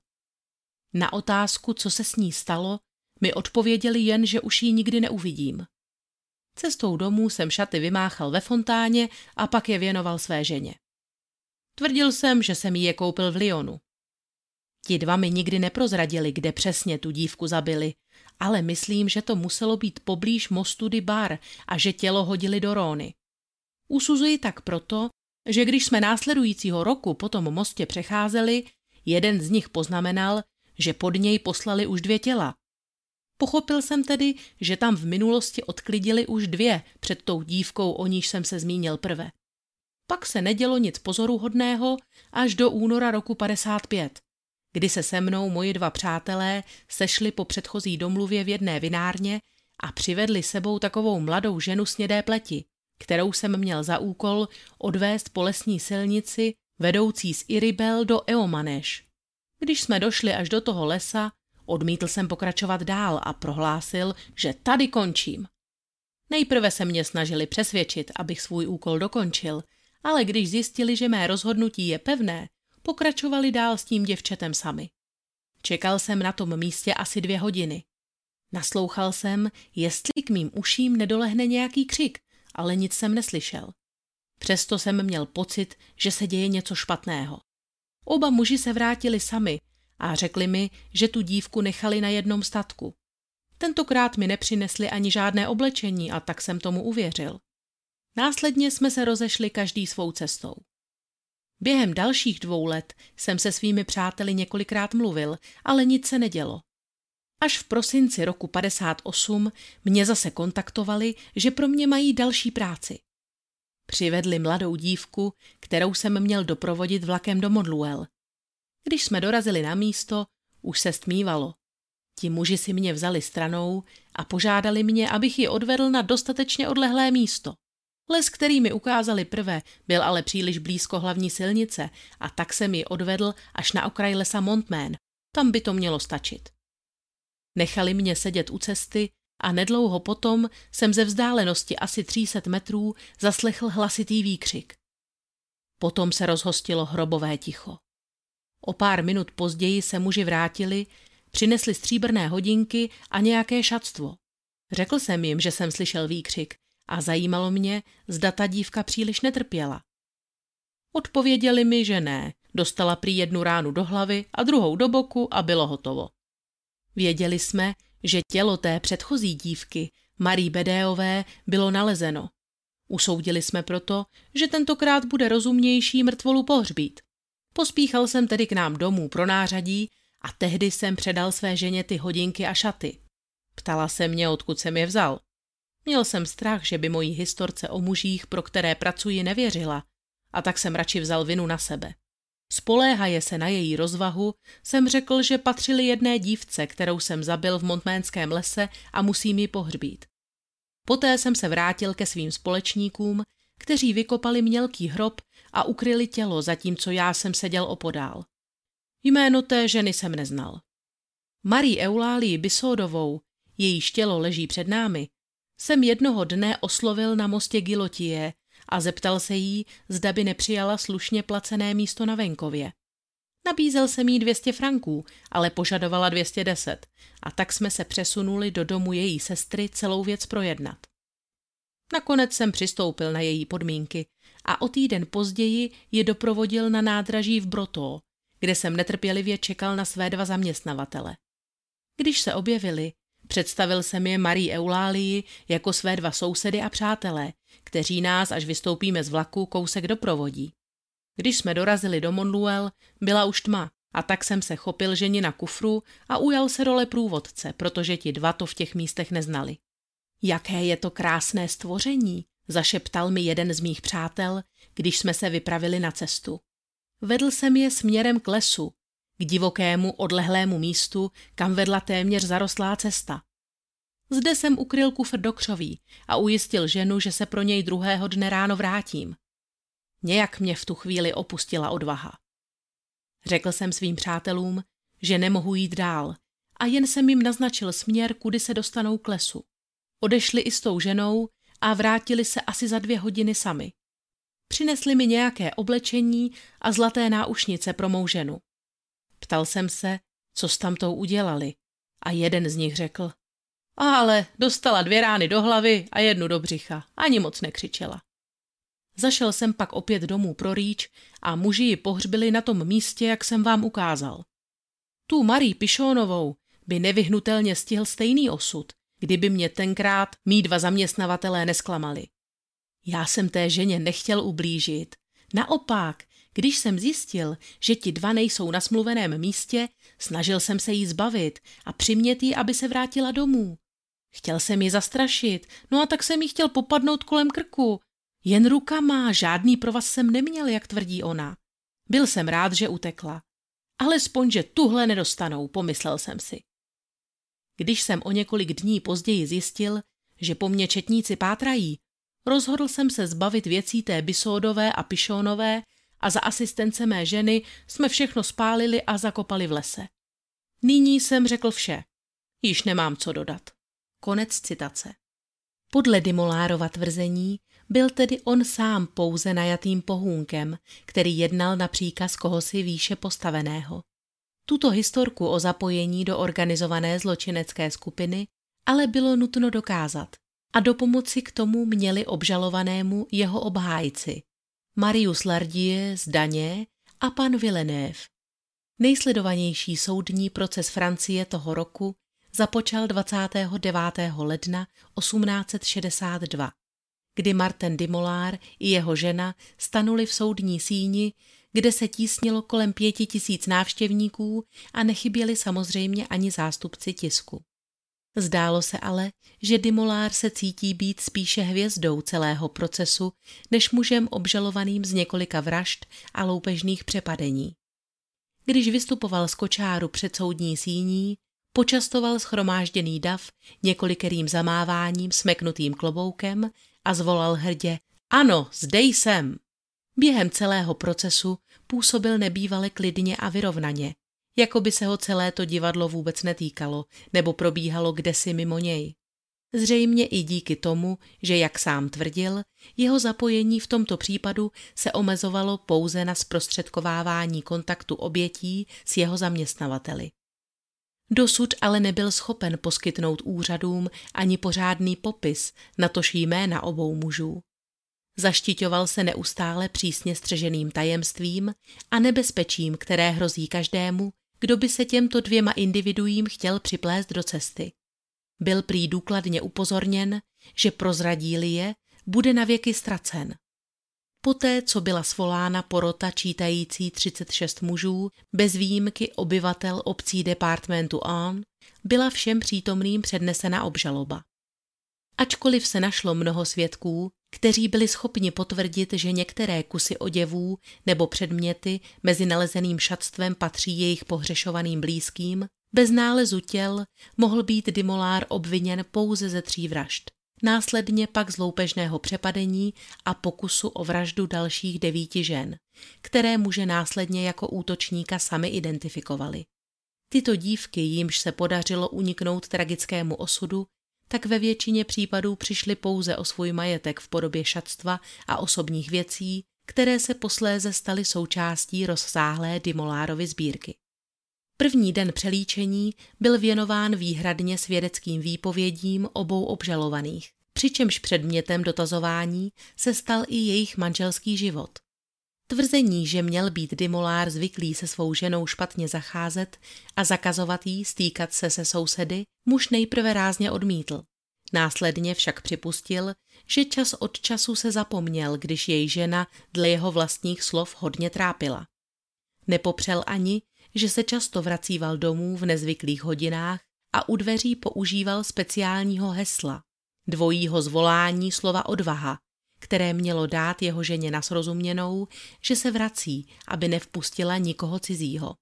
Na otázku, co se s ní stalo, mi odpověděli jen, že už ji nikdy neuvidím. Cestou domů jsem šaty vymáchal ve fontáně a pak je věnoval své ženě. Tvrdil jsem, že jsem jí je koupil v Lyonu. Ti 2 mi nikdy neprozradili, kde přesně tu dívku zabili, ale myslím, že to muselo být poblíž mostu du Bar a že tělo hodili do Rhôny. Usuzuji tak proto, že když jsme následujícího roku po tom mostě přecházeli, jeden z nich poznamenal, že pod něj poslali už 2 těla. Pochopil jsem tedy, že tam v minulosti odklidili už 2 před tou dívkou, o níž jsem se zmínil prve. Pak se nedělo nic pozoruhodného až do února roku 55, kdy se se mnou moji 2 přátelé sešli po předchozí domluvě v jedné vinárně a přivedli sebou takovou mladou ženu snědé pleti, kterou jsem měl za úkol odvést po lesní silnici vedoucí z Iribel do Eomanèš. Když jsme došli až do toho lesa, odmítl jsem pokračovat dál a prohlásil, že tady končím. Nejprve se mě snažili přesvědčit, abych svůj úkol dokončil, ale když zjistili, že mé rozhodnutí je pevné, pokračovali dál s tím děvčetem sami. Čekal jsem na tom místě asi 2 hodiny. Naslouchal jsem, jestli k mým uším nedolehne nějaký křik, ale nic jsem neslyšel. Přesto jsem měl pocit, že se děje něco špatného. Oba muži se vrátili sami a řekli mi, že tu dívku nechali na jednom statku. Tentokrát mi nepřinesli ani žádné oblečení a tak jsem tomu uvěřil. Následně jsme se rozešli každý svou cestou. Během dalších 2 let jsem se svými přáteli několikrát mluvil, ale nic se nedělo. Až v prosinci roku 58 mě zase kontaktovali, že pro mě mají další práci. Přivedli mladou dívku, kterou jsem měl doprovodit vlakem do Modluel. Když jsme dorazili na místo, už se stmívalo. Ti muži si mě vzali stranou a požádali mě, abych ji odvedl na dostatečně odlehlé místo. Les, který mi ukázali prvé, byl ale příliš blízko hlavní silnice a tak jsem ji odvedl až na okraj lesa Montmain. Tam by to mělo stačit. Nechali mě sedět u cesty a nedlouho potom jsem ze vzdálenosti asi 300 metrů zaslechl hlasitý výkřik. Potom se rozhostilo hrobové ticho. O pár minut později se muži vrátili, přinesli stříbrné hodinky a nějaké šatstvo. Řekl jsem jim, že jsem slyšel výkřik a zajímalo mě, zda ta dívka příliš netrpěla. Odpověděli mi, že ne, dostala prý 1 ránu do hlavy a 2 do boku a bylo hotovo. Věděli jsme, že tělo té předchozí dívky, Marie Bedéové, bylo nalezeno. Usoudili jsme proto, že tentokrát bude rozumnější mrtvolu pohřbít. Pospíchal jsem tedy k nám domů pro nářadí a tehdy jsem předal své ženě ty hodinky a šaty. Ptala se mě, odkud jsem je vzal. Měl jsem strach, že by mojí historce o mužích, pro které pracuji, nevěřila, a tak jsem radši vzal vinu na sebe. Spoléhaje se na její rozvahu, jsem řekl, že patřili jedné dívce, kterou jsem zabil v Montménském lese a musím ji pohřbít. Poté jsem se vrátil ke svým společníkům, kteří vykopali mělký hrob a ukryli tělo, zatímco já jsem seděl opodál. Jméno té ženy jsem neznal. Marii Eulálii Bisaudovou, jejíž tělo leží před námi, jsem jednoho dne oslovil na mostě Guillotier a zeptal se jí, zda by nepřijala slušně placené místo na venkově. Nabízel jsem jí 200 franků, ale požadovala 210 a tak jsme se přesunuli do domu její sestry celou věc projednat. Nakonec jsem přistoupil na její podmínky a o týden později je doprovodil na nádraží v Brotto, kde jsem netrpělivě čekal na své 2 zaměstnavatele. Když se objevili, představil jsem je Marii Eulálii jako své 2 sousedy a přátelé, kteří nás, až vystoupíme z vlaku, kousek doprovodí. Když jsme dorazili do Montluel, byla už tma a tak jsem se chopil ženina kufru a ujal se role průvodce, protože ti 2 to v těch místech neznali. Jaké je to krásné stvoření, zašeptal mi jeden z mých přátel, když jsme se vypravili na cestu. Vedl jsem je směrem k lesu, k divokému odlehlému místu, kam vedla téměř zarostlá cesta. Zde jsem ukryl kufr do křoví a ujistil ženu, že se pro něj druhého dne ráno vrátím. Nějak mě v tu chvíli opustila odvaha. Řekl jsem svým přátelům, že nemohu jít dál a jen jsem jim naznačil směr, kudy se dostanou k lesu. Odešli i s tou ženou a vrátili se asi za 2 hodiny sami. Přinesli mi nějaké oblečení a zlaté náušnice pro mou ženu. Ptal jsem se, co s tamtou udělali, a jeden z nich řekl: ale dostala 2 rány do hlavy a 1 do břicha, ani moc nekřičela. Zašel jsem pak opět domů pro rýč a muži ji pohřbili na tom místě, jak jsem vám ukázal. Tu Marii Pichonovou by nevyhnutelně stihl stejný osud, kdyby mě tenkrát mí 2 zaměstnavatelé nesklamali. Já jsem té ženě nechtěl ublížit. Naopak, když jsem zjistil, že ti 2 nejsou na smluveném místě, snažil jsem se jí zbavit a přimět jí, aby se vrátila domů. Chtěl jsem ji zastrašit, no a tak jsem jí chtěl popadnout kolem krku. Jen rukama, žádný provaz jsem neměl, jak tvrdí ona. Byl jsem rád, že utekla. Alespoň, že tuhle nedostanou, pomyslel jsem si. Když jsem o několik dní později zjistil, že po mně četníci pátrají, rozhodl jsem se zbavit věcí té Bisaudové a Pichonové a za asistence mé ženy jsme všechno spálili a zakopali v lese. Nyní jsem řekl vše. Již nemám co dodat. Konec citace. Podle de Molárova tvrzení byl tedy on sám pouze najatým pohůnkem, který jednal na příkaz kohosi výše postaveného. Tuto historku o zapojení do organizované zločinecké skupiny ale bylo nutno dokázat a dopomoci k tomu měli obžalovanému jeho obhájci Marius Lardier z Daně a pan Villeneuve. Nejsledovanější soudní proces Francie toho roku započal 29. ledna 1862, kdy Martin de Molard i jeho žena stanuli v soudní síni, kde se tísnilo kolem 5000 návštěvníků a nechyběli samozřejmě ani zástupci tisku. Zdálo se ale, že de Molard se cítí být spíše hvězdou celého procesu, než mužem obžalovaným z několika vražd a loupežných přepadení. Když vystupoval z kočáru před soudní síní, počastoval shromážděný dav několikerým zamáváním smeknutým kloboukem a zvolal hrdě: ano, zde jsem. Během celého procesu působil nebývale klidně a vyrovnaně, jako by se ho celé to divadlo vůbec netýkalo nebo probíhalo kdesi mimo něj. Zřejmě i díky tomu, že, jak sám tvrdil, jeho zapojení v tomto případu se omezovalo pouze na zprostředkovávání kontaktu obětí s jeho zaměstnavateli. Dosud ale nebyl schopen poskytnout úřadům ani pořádný popis, natož jména obou mužů. Zaštiťoval se neustále přísně střeženým tajemstvím a nebezpečím, které hrozí každému, kdo by se těmto 2 individuím chtěl připlést do cesty. Byl prý důkladně upozorněn, že prozradí-li je, bude navěky ztracen. Poté, co byla svolána porota čítající 36 mužů, bez výjimky obyvatel obcí departementu Ain, byla všem přítomným přednesena obžaloba. Ačkoliv se našlo mnoho svědků, kteří byli schopni potvrdit, že některé kusy oděvů nebo předměty mezi nalezeným šatstvem patří jejich pohřešovaným blízkým, bez nálezu těl mohl být Dimolár obviněn pouze ze 3 vražd. Následně pak z loupežného přepadení a pokusu o vraždu dalších 9 žen, které muže následně jako útočníka sami identifikovali. Tyto dívky, jimž se podařilo uniknout tragickému osudu, tak ve většině případů přišly pouze o svůj majetek v podobě šatstva a osobních věcí, které se posléze staly součástí rozsáhlé Dimolárovy sbírky. První den přelíčení byl věnován výhradně svědeckým výpovědím obou obžalovaných, přičemž předmětem dotazování se stal i jejich manželský život. Tvrzení, že měl být Dimolár zvyklý se svou ženou špatně zacházet a zakazovat jí stýkat se sousedy, muž nejprve rázně odmítl. Následně však připustil, že čas od času se zapomněl, když jej žena dle jeho vlastních slov hodně trápila. Nepopřel ani, že se často vracíval domů v nezvyklých hodinách a u dveří používal speciálního hesla, dvojího zvolání slova odvaha, které mělo dát jeho ženě na srozuměnou, že se vrací, aby nevpustila nikoho cizího.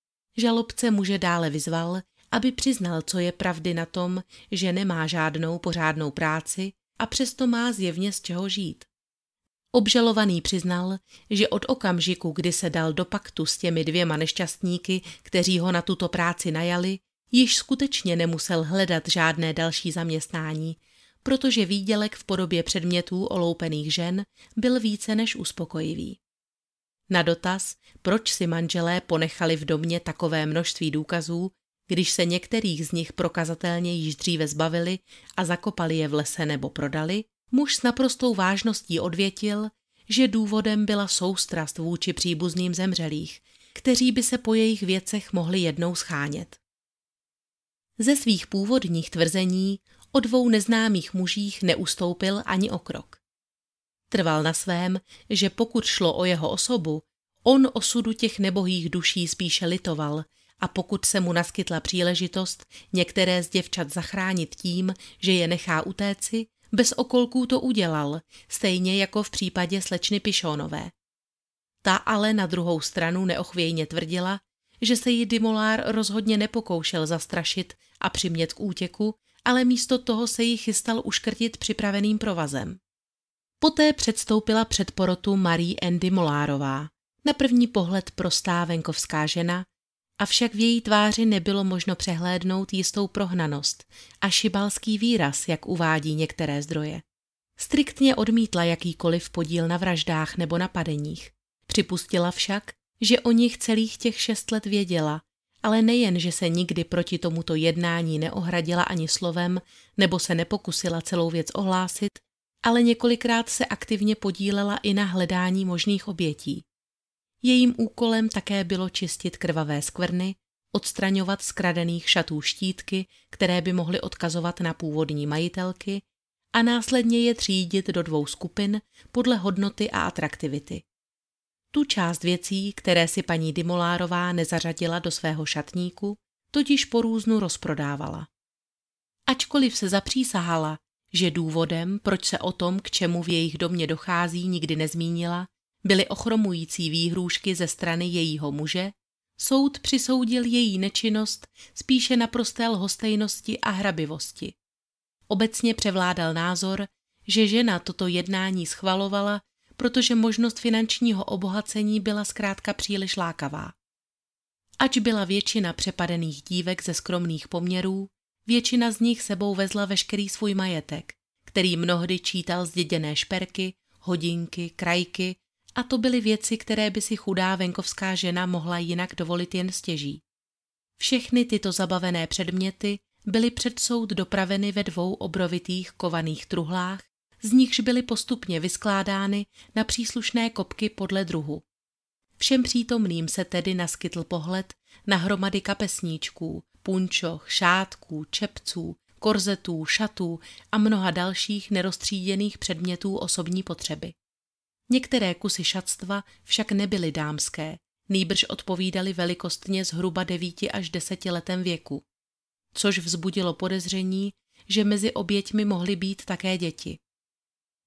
Žalobce muže dále vyzval, aby přiznal, co je pravdy na tom, že nemá žádnou pořádnou práci a přesto má zjevně z čeho žít. Obžalovaný přiznal, že od okamžiku, kdy se dal do paktu s těmi 2 nešťastníky, kteří ho na tuto práci najali, již skutečně nemusel hledat žádné další zaměstnání, protože výdělek v podobě předmětů oloupených žen byl více než uspokojivý. Na dotaz, proč si manželé ponechali v domě takové množství důkazů, když se některých z nich prokazatelně již dříve zbavili a zakopali je v lese nebo prodali, muž s naprostou vážností odvětil, že důvodem byla soustrast vůči příbuzným zemřelých, kteří by se po jejich věcech mohli jednou schánět. Ze svých původních tvrzení o 2 neznámých mužích neustoupil ani o krok. Trval na svém, že pokud šlo o jeho osobu, on osudu těch nebohých duší spíše litoval a pokud se mu naskytla příležitost některé z děvčat zachránit tím, že je nechá utéci, bez okolků to udělal, stejně jako v případě slečny Pišónové. Ta ale na druhou stranu neochvějně tvrdila, že se jí Dimolár rozhodně nepokoušel zastrašit a přimět k útěku, ale místo toho se jí chystal uškrtit připraveným provazem. Poté předstoupila před porotu Marie Anne Dimolárová, na první pohled prostá venkovská žena, avšak v její tváři nebylo možno přehlédnout jistou prohnanost a šibalský výraz, jak uvádí některé zdroje. Striktně odmítla jakýkoliv podíl na vraždách nebo napadeních. Připustila však, že o nich celých těch 6 let věděla, ale nejen, že se nikdy proti tomuto jednání neohradila ani slovem nebo se nepokusila celou věc ohlásit, ale několikrát se aktivně podílela i na hledání možných obětí. Jejím úkolem také bylo čistit krvavé skvrny, odstraňovat z kradených šatů štítky, které by mohly odkazovat na původní majitelky, a následně je třídit do 2 skupin podle hodnoty a atraktivity. Tu část věcí, které si paní Dimolárová nezařadila do svého šatníku, totiž po různu rozprodávala. Ačkoliv se zapřísahala, že důvodem, proč se o tom, k čemu v jejich domě dochází, nikdy nezmínila, byly ochromující výhrůžky ze strany jejího muže, soud přisoudil její nečinnost spíše naprosté lhostejnosti a hrabivosti. Obecně převládal názor, že žena toto jednání schvalovala, protože možnost finančního obohacení byla zkrátka příliš lákavá. Ač byla většina přepadených dívek ze skromných poměrů, většina z nich sebou vezla veškerý svůj majetek, který mnohdy čítal zděděné šperky, hodinky, krajky, a to byly věci, které by si chudá venkovská žena mohla jinak dovolit jen stěží. Všechny tyto zabavené předměty byly před soud dopraveny ve 2 obrovitých kovaných truhlách, z nichž byly postupně vyskládány na příslušné kopky podle druhu. Všem přítomným se tedy naskytl pohled na hromady kapesníčků, punčoch, šátků, čepců, korzetů, šatů a mnoha dalších neroztříděných předmětů osobní potřeby. Některé kusy šatstva však nebyly dámské, nýbrž odpovídaly velikostně zhruba 9 až 10 letem věku, což vzbudilo podezření, že mezi oběťmi mohly být také děti.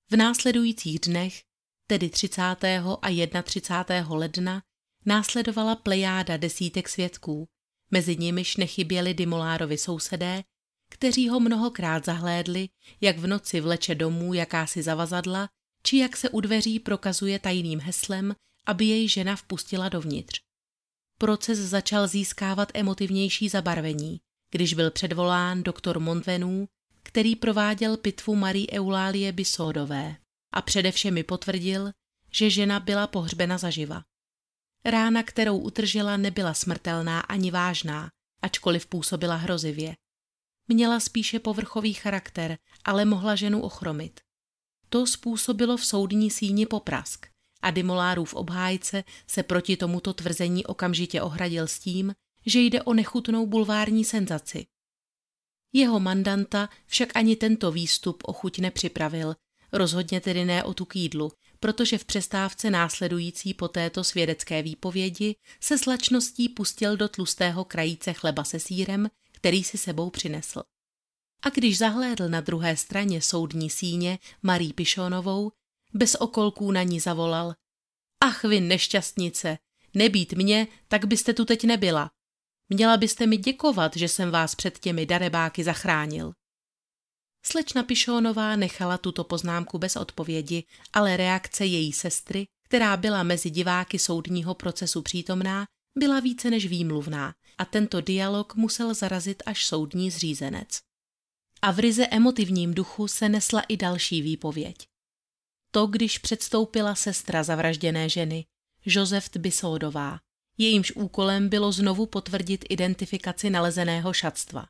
V následujících dnech, tedy 30. a 31. ledna, následovala plejáda desítek svědků, mezi nimiž nechyběli de Molárovi sousedé, kteří ho mnohokrát zahlédli, jak v noci vleče domů jakási zavazadla, či jak se u dveří prokazuje tajným heslem, aby jej žena vpustila dovnitř. Proces začal získávat emotivnější zabarvení, když byl předvolán doktor Montvenů, který prováděl pitvu Marie Eulálie Bisaudové a především mi potvrdil, že žena byla pohřbena zaživa. Rána, kterou utržila, nebyla smrtelná ani vážná, ačkoliv působila hrozivě. Měla spíše povrchový charakter, ale mohla ženu ochromit. To způsobilo v soudní síni poprask a de Molárův obhájce se proti tomuto tvrzení okamžitě ohradil s tím, že jde o nechutnou bulvární senzaci. Jeho mandanta však ani tento výstup o chuť nepřipravil, rozhodně tedy ne o tu kýdlu, protože v přestávce následující po této svědecké výpovědi se s lačností pustil do tlustého krajíce chleba se sýrem, který si sebou přinesl. A když zahlédl na druhé straně soudní síně Marie Pichonovou, bez okolků na ní zavolal: Ach vy nešťastnice, nebýt mě, tak byste tu teď nebyla. Měla byste mi děkovat, že jsem vás před těmi darebáky zachránil. Slečna Pichonová nechala tuto poznámku bez odpovědi, ale reakce její sestry, která byla mezi diváky soudního procesu přítomná, byla více než výmluvná a tento dialog musel zarazit až soudní zřízenec. A v ryze emotivním duchu se nesla i další výpověď. To, když předstoupila sestra zavražděné ženy, Joseph Bisaudová, jejímž úkolem bylo znovu potvrdit identifikaci nalezeného šatstva.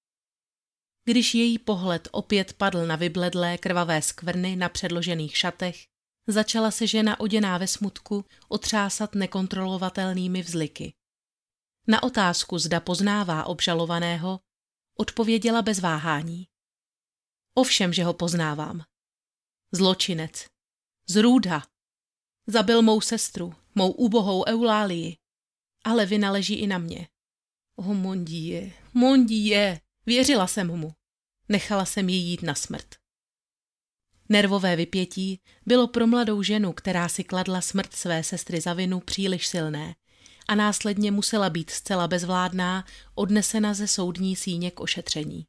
Když její pohled opět padl na vybledlé krvavé skvrny na předložených šatech, začala se žena oděná ve smutku otřásat nekontrolovatelnými vzliky. Na otázku, zda poznává obžalovaného, odpověděla bez váhání. Ovšem, že ho poznávám. Zločinec. Zrůda. Zabil mou sestru, mou ubohou Eulálii. Ale vina leží i na mě. Oh, mon Dieu, věřila jsem mu. Nechala jsem ji jít na smrt. Nervové vypětí bylo pro mladou ženu, která si kladla smrt své sestry za vinu, příliš silné a následně musela být zcela bezvládná, odnesena ze soudní síně k ošetření.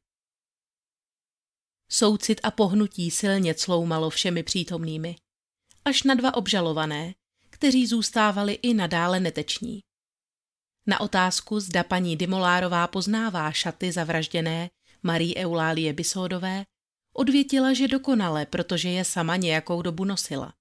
Soucit a pohnutí silně cloumalo všemi přítomnými, až na dva obžalované, kteří zůstávali i nadále neteční. Na otázku, zda paní de Molárová poznává šaty zavražděné Marie Eulálie Bisaudové, odvětila, že dokonale, protože je sama nějakou dobu nosila.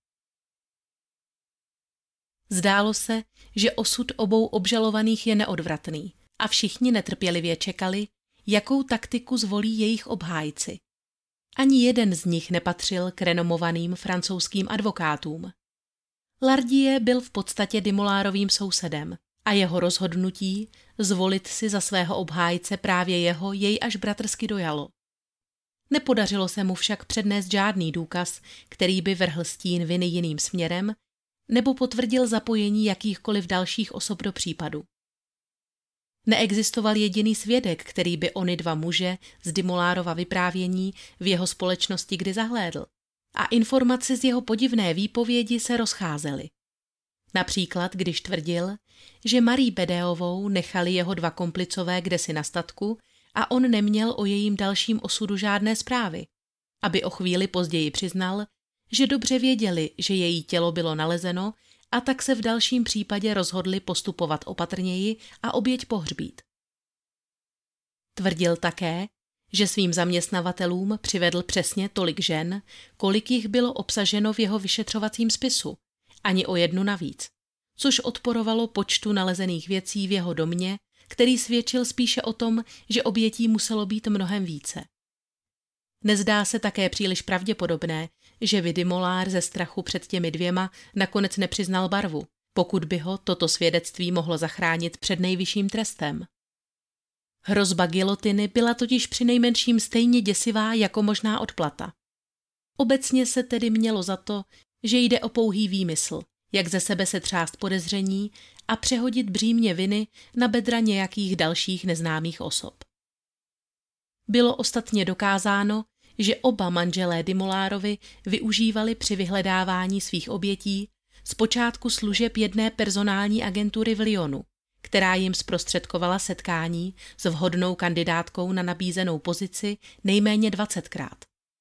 Zdálo se, že osud obou obžalovaných je neodvratný a všichni netrpělivě čekali, jakou taktiku zvolí jejich obhájci. Ani jeden z nich nepatřil k renomovaným francouzským advokátům. Lardier byl v podstatě de Molárovým sousedem a jeho rozhodnutí zvolit si za svého obhájce právě jeho jej až bratrsky dojalo. Nepodařilo se mu však přednést žádný důkaz, který by vrhl stín viny jiným směrem nebo potvrdil zapojení jakýchkoliv dalších osob do případu. Neexistoval jediný svědek, který by ony dva muže z de Molárova vyprávění v jeho společnosti kdy zahlédl. A informace z jeho podivné výpovědi se rozcházely. Například, když tvrdil, že Marie Bedeovou nechali jeho dva komplicové kdesi na statku a on neměl o jejím dalším osudu žádné zprávy, aby o chvíli později přiznal, že dobře věděli, že její tělo bylo nalezeno a tak se v dalším případě rozhodli postupovat opatrněji a oběť pohřbít. Tvrdil také, že svým zaměstnavatelům přivedl přesně tolik žen, kolik jich bylo obsaženo v jeho vyšetřovacím spisu, ani o jednu navíc, což odporovalo počtu nalezených věcí v jeho domě, který svědčil spíše o tom, že obětí muselo být mnohem více. Nezdá se také příliš pravděpodobné, že by de Molár ze strachu před těmi dvěma nakonec nepřiznal barvu, pokud by ho toto svědectví mohlo zachránit před nejvyšším trestem. Hrozba gilotiny byla totiž přinejmenším stejně děsivá jako možná odplata. Obecně se tedy mělo za to, že jde o pouhý výmysl, jak ze sebe se třást podezření a přehodit břímě viny na bedra nějakých dalších neznámých osob. Bylo ostatně dokázáno, že oba manželé de Molárovi využívali při vyhledávání svých obětí zpočátku služeb jedné personální agentury v Lyonu, která jim zprostředkovala setkání s vhodnou kandidátkou na nabízenou pozici nejméně 20krát.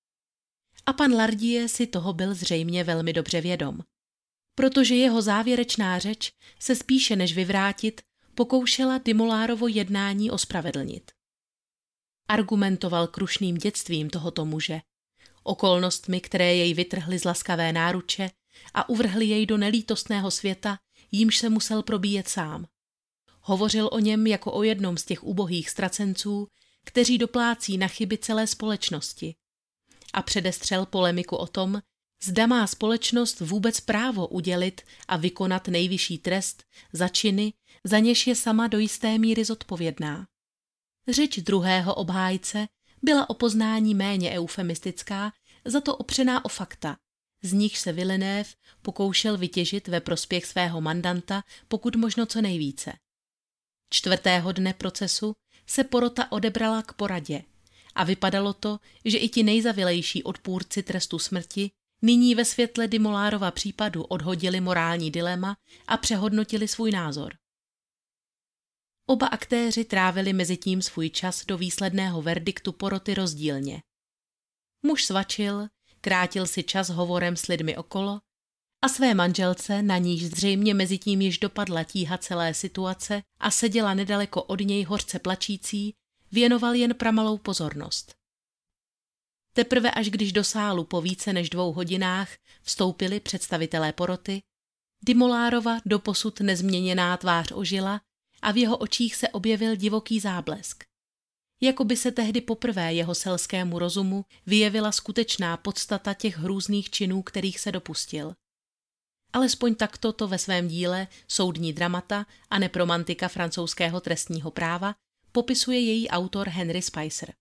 A pan Lardier si toho byl zřejmě velmi dobře vědom, protože jeho závěrečná řeč se spíše než vyvrátit pokoušela de Molárovo jednání ospravedlnit. Argumentoval krušným dětstvím tohoto muže, okolnostmi, které jej vytrhly z laskavé náruče a uvrhly jej do nelítostného světa, jímž se musel probíjet sám. Hovořil o něm jako o jednom z těch ubohých ztracenců, kteří doplácí na chyby celé společnosti, a předestřel polemiku o tom, zda má společnost vůbec právo udělit a vykonat nejvyšší trest za činy, za něž je sama do jisté míry zodpovědná. Řeč druhého obhájce byla o poznání méně eufemistická, za to opřená o fakta, z nich se Villeneuve pokoušel vytěžit ve prospěch svého mandanta pokud možno co nejvíce. 4. dne procesu se porota odebrala k poradě a vypadalo to, že i ti nejzavilejší odpůrci trestu smrti nyní ve světle de Molárova případu odhodili morální dilema a přehodnotili svůj názor. Oba aktéři trávili mezitím svůj čas do výsledného verdiktu poroty rozdílně. Muž svačil, krátil si čas hovorem s lidmi okolo a své manželce, na níž zřejmě mezitím již dopadla tíha celé situace a seděla nedaleko od něj hořce plačící, věnoval jen pramalou pozornost. Teprve až když do sálu po více než 2 hodinách vstoupili představitelé poroty, de Molárova doposud nezměněná tvář ožila a v jeho očích se objevil divoký záblesk. Jako by se tehdy poprvé jeho selskému rozumu vyjevila skutečná podstata těch hrůzných činů, kterých se dopustil. Alespoň takto to ve svém díle Soudní dramata a nepromantika francouzského trestního práva popisuje její autor Henry Spicer.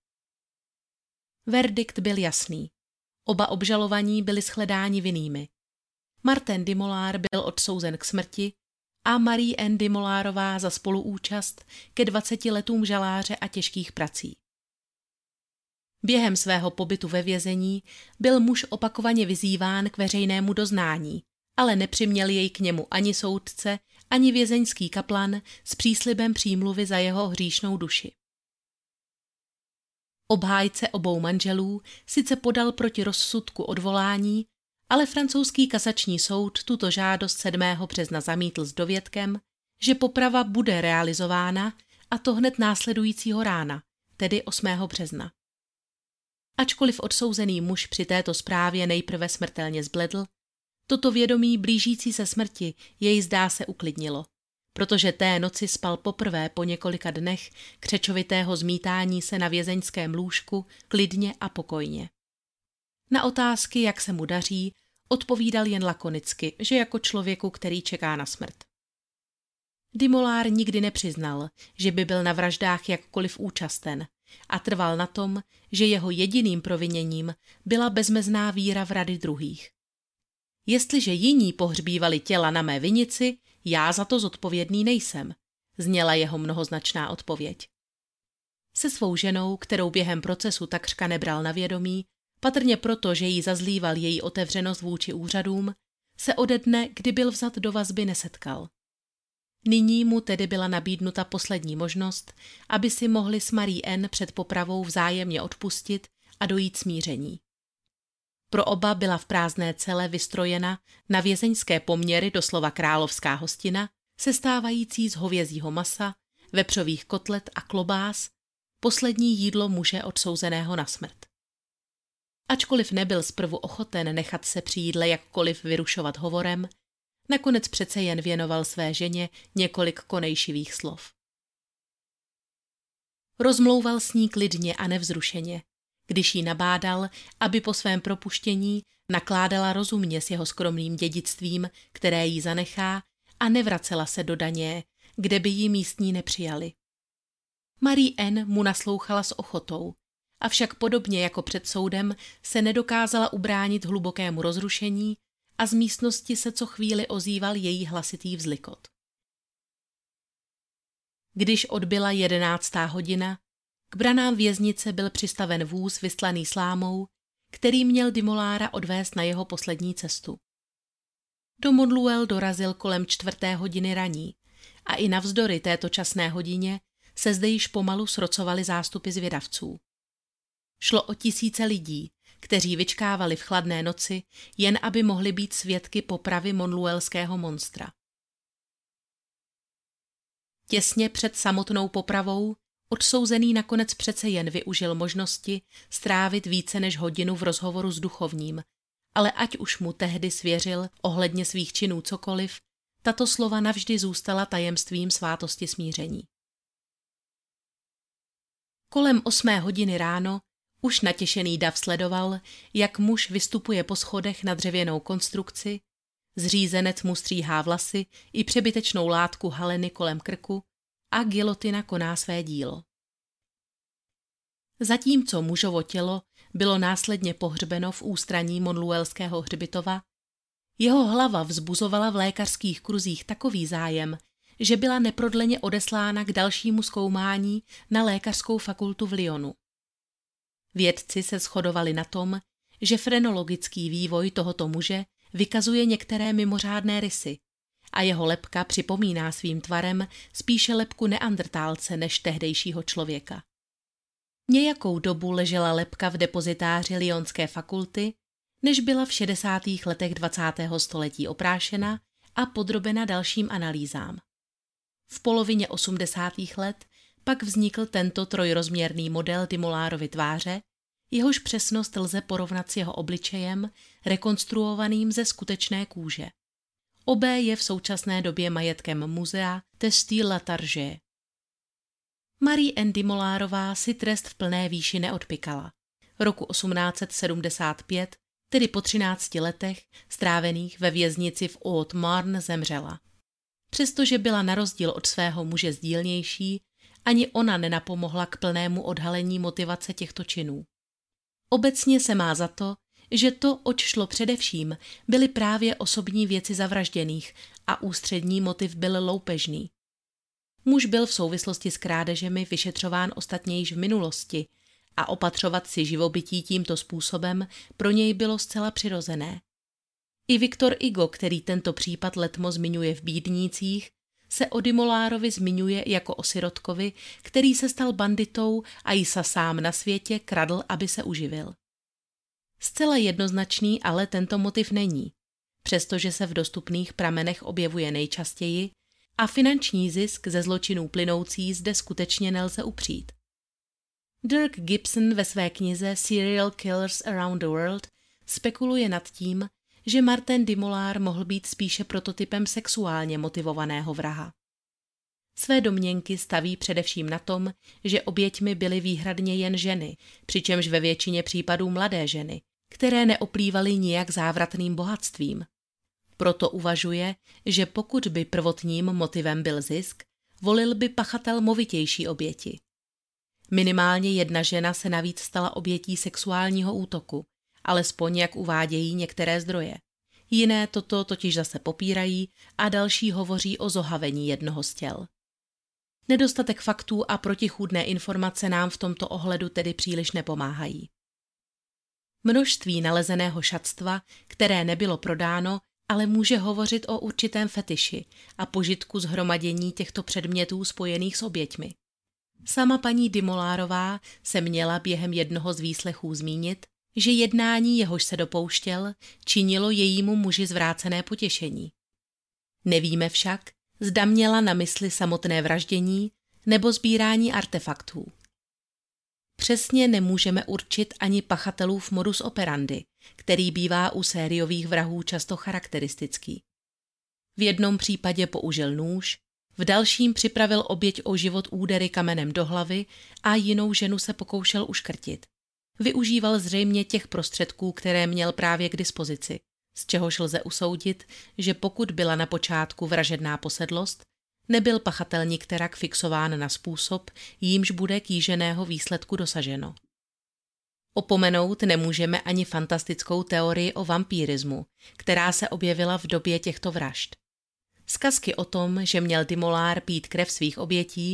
Verdikt byl jasný. Oba obžalovaní byli shledáni vinnými. Martin de Molár byl odsouzen k smrti a Marie-Anne de Molárová za spoluúčast ke 20 letům žaláře a těžkých prací. Během svého pobytu ve vězení byl muž opakovaně vyzýván k veřejnému doznání, ale nepřiměl jej k němu ani soudce, ani vězeňský kaplan s příslibem přímluvy za jeho hříšnou duši. Obhájce obou manželů sice podal proti rozsudku odvolání, ale francouzský kasační soud tuto žádost 7. března zamítl s dovětkem, že poprava bude realizována, a to hned následujícího rána, tedy 8. března. Ačkoliv odsouzený muž při této zprávě nejprve smrtelně zbledl, toto vědomí blížící se smrti jej zdá se uklidnilo, protože té noci spal poprvé po několika dnech křečovitého zmítání se na vězeňském lůžku klidně a pokojně. Na otázky, jak se mu daří, odpovídal jen lakonicky, že jako člověku, který čeká na smrt. De Molár nikdy nepřiznal, že by byl na vraždách jakkoliv účasten, a trval na tom, že jeho jediným proviněním byla bezmezná víra v rady druhých. Jestliže jiní pohřbívali těla na mé vinici, já za to zodpovědný nejsem, zněla jeho mnohoznačná odpověď. Se svou ženou, kterou během procesu takřka nebral na vědomí, patrně proto, že jí zazlíval její otevřenost vůči úřadům, se ode dne, kdy byl vzat do vazby, nesetkal. Nyní mu tedy byla nabídnuta poslední možnost, aby si mohli s Marie-Anne před popravou vzájemně odpustit a dojít smíření. Pro oba byla v prázdné cele vystrojena na vězeňské poměry doslova královská hostina, sestávající z hovězího masa, vepřových kotlet a klobás, poslední jídlo muže odsouzeného na smrt. Ačkoliv nebyl zprvu ochoten nechat se při jídle jakkoliv vyrušovat hovorem, nakonec přece jen věnoval své ženě několik konejšivých slov. Rozmlouval s ní klidně a nevzrušeně, když jí nabádal, aby po svém propuštění nakládala rozumně s jeho skromným dědictvím, které jí zanechá, a nevracela se do Daně, kde by ji místní nepřijali. Marie-Anne mu naslouchala s ochotou, avšak podobně jako před soudem se nedokázala ubránit hlubokému rozrušení a z místnosti se co chvíli ozýval její hlasitý vzlikot. Když odbyla 11. hodina, K branám věznice byl přistaven vůz vyslaný slámou, který měl Dumoulera odvést na jeho poslední cestu. Do Monluel dorazil kolem 4. hodiny raní a i navzdory této časné hodině se zde již pomalu srocovaly zástupy zvědavců. Šlo o tisíce lidí, kteří vyčkávali v chladné noci, jen aby mohli být svědky popravy monluelského monstra. Těsně před samotnou popravou odsouzený nakonec přece jen využil možnosti strávit více než hodinu v rozhovoru s duchovním, ale ať už mu tehdy svěřil ohledně svých činů cokoliv, tato slova navždy zůstala tajemstvím svátosti smíření. Kolem 8 hodiny ráno už natěšený dav sledoval, jak muž vystupuje po schodech na dřevěnou konstrukci, zřízenec mu stříhá vlasy i přebytečnou látku haleny kolem krku a gilotina koná své dílo. Zatímco mužovo tělo bylo následně pohřbeno v ústraní monluelského hřbitova, jeho hlava vzbuzovala v lékařských kruzích takový zájem, že byla neprodleně odeslána k dalšímu zkoumání na lékařskou fakultu v Lyonu. Vědci se shodovali na tom, že frenologický vývoj tohoto muže vykazuje některé mimořádné rysy a jeho lebka připomíná svým tvarem spíše lebku neandrtálce než tehdejšího člověka. Nějakou dobu ležela lebka v depozitáři Lyonské fakulty, než byla v 60. letech 20. století oprášena a podrobena dalším analýzám. V polovině 80. let pak vznikl tento trojrozměrný model Dumoulerovy tváře, jehož přesnost lze porovnat s jeho obličejem, rekonstruovaným ze skutečné kůže. Obé je v současné době majetkem muzea Testy-Latarže. Marie-Anne Dumoulerová si trest v plné výši neodpykala. Roku 1875, tedy po 13 letech, strávených ve věznici v Haute-Marne, zemřela. Přestože byla na rozdíl od svého muže sdílnější, ani ona nenapomohla k plnému odhalení motivace těchto činů. Obecně se má za to, že to, oč šlo především, byly právě osobní věci zavražděných a ústřední motiv byl loupežný. Muž byl v souvislosti s krádežemi vyšetřován ostatně již v minulosti a opatřovat si živobytí tímto způsobem pro něj bylo zcela přirozené. I Victor Hugo, který tento případ letmo zmiňuje v Bídnících, se o Dumoulerovi zmiňuje jako o sirotkovi, který se stal banditou a jisa sám na světě kradl, aby se uživil. Zcela jednoznačný ale tento motiv není, přestože se v dostupných pramenech objevuje nejčastěji a finanční zisk ze zločinů plynoucí zde skutečně nelze upřít. Dirk Gibson ve své knize Serial Killers Around the World spekuluje nad tím, že Martin Dumoulin mohl být spíše prototypem sexuálně motivovaného vraha. Své domněnky staví především na tom, že oběťmi byly výhradně jen ženy, přičemž ve většině případů mladé ženy, které neoplývaly nijak závratným bohatstvím. Proto uvažuje, že pokud by prvotním motivem byl zisk, volil by pachatel movitější oběti. Minimálně jedna žena se navíc stala obětí sexuálního útoku, alespoň jak uvádějí některé zdroje. Jiné toto totiž zase popírají a další hovoří o zohavení jednoho z těl. Nedostatek faktů a protichůdné informace nám v tomto ohledu tedy příliš nepomáhají. Množství nalezeného šatstva, které nebylo prodáno, ale může hovořit o určitém fetiši a požitku zhromadění těchto předmětů spojených s oběťmi. Sama paní Dumoulerová se měla během jednoho z výslechů zmínit, že jednání, jehož se dopouštěl, činilo jejímu muži zvrácené potěšení. Nevíme však, zda měla na mysli samotné vraždění nebo sbírání artefaktů. Přesně nemůžeme určit ani pachatelův modus operandi, který bývá u sériových vrahů často charakteristický. V jednom případě použil nůž, v dalším připravil oběť o život údery kamenem do hlavy a jinou ženu se pokoušel uškrtit. Využíval zřejmě těch prostředků, které měl právě k dispozici, z čehož lze usoudit, že pokud byla na počátku vražedná posedlost, nebyl pachatel nikterak fixován na způsob, jímž bude kýženého výsledku dosaženo. Opomenout nemůžeme ani fantastickou teorii o vampírismu, která se objevila v době těchto vražd. Zkazky o tom, že měl Dumoulin pít krev svých obětí,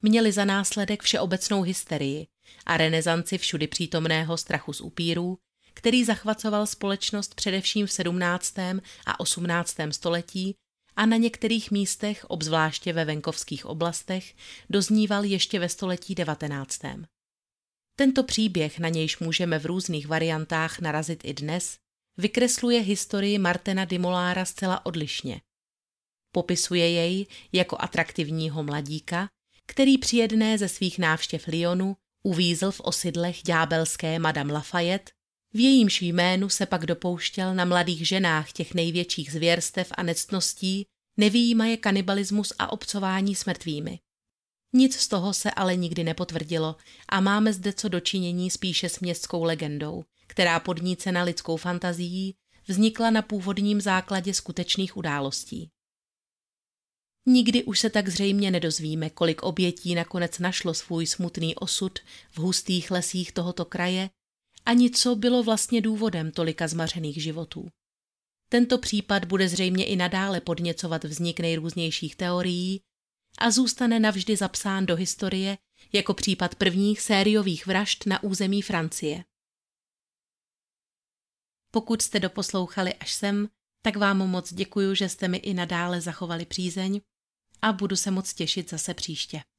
měly za následek všeobecnou hysterii a renesanci všudy přítomného strachu z upírů, který zachvacoval společnost především v 17. a 18. století a na některých místech, obzvláště ve venkovských oblastech, dozníval ještě ve století 19. Tento příběh, na nějž můžeme v různých variantách narazit i dnes, vykresluje historii Martina de Molára zcela odlišně. Popisuje jej jako atraktivního mladíka, který při jedné ze svých návštěv Lyonu uvízl v osidlech ďábelské Madame Lafayette, v jejímž jménu se pak dopouštěl na mladých ženách těch největších zvěrstev a nectností, nevyjímaje kanibalismus a obcování s mrtvými. Nic z toho se ale nikdy nepotvrdilo a máme zde co dočinění spíše s městskou legendou, která podnícena lidskou fantazií vznikla na původním základě skutečných událostí. Nikdy už se tak zřejmě nedozvíme, kolik obětí nakonec našlo svůj smutný osud v hustých lesích tohoto kraje, ani co bylo vlastně důvodem tolika zmařených životů. Tento případ bude zřejmě i nadále podněcovat vznik nejrůznějších teorií a zůstane navždy zapsán do historie jako případ prvních sériových vražd na území Francie. Pokud jste doposlouchali až sem, tak vám moc děkuju, že jste mi i nadále zachovali přízeň a budu se moc těšit zase příště.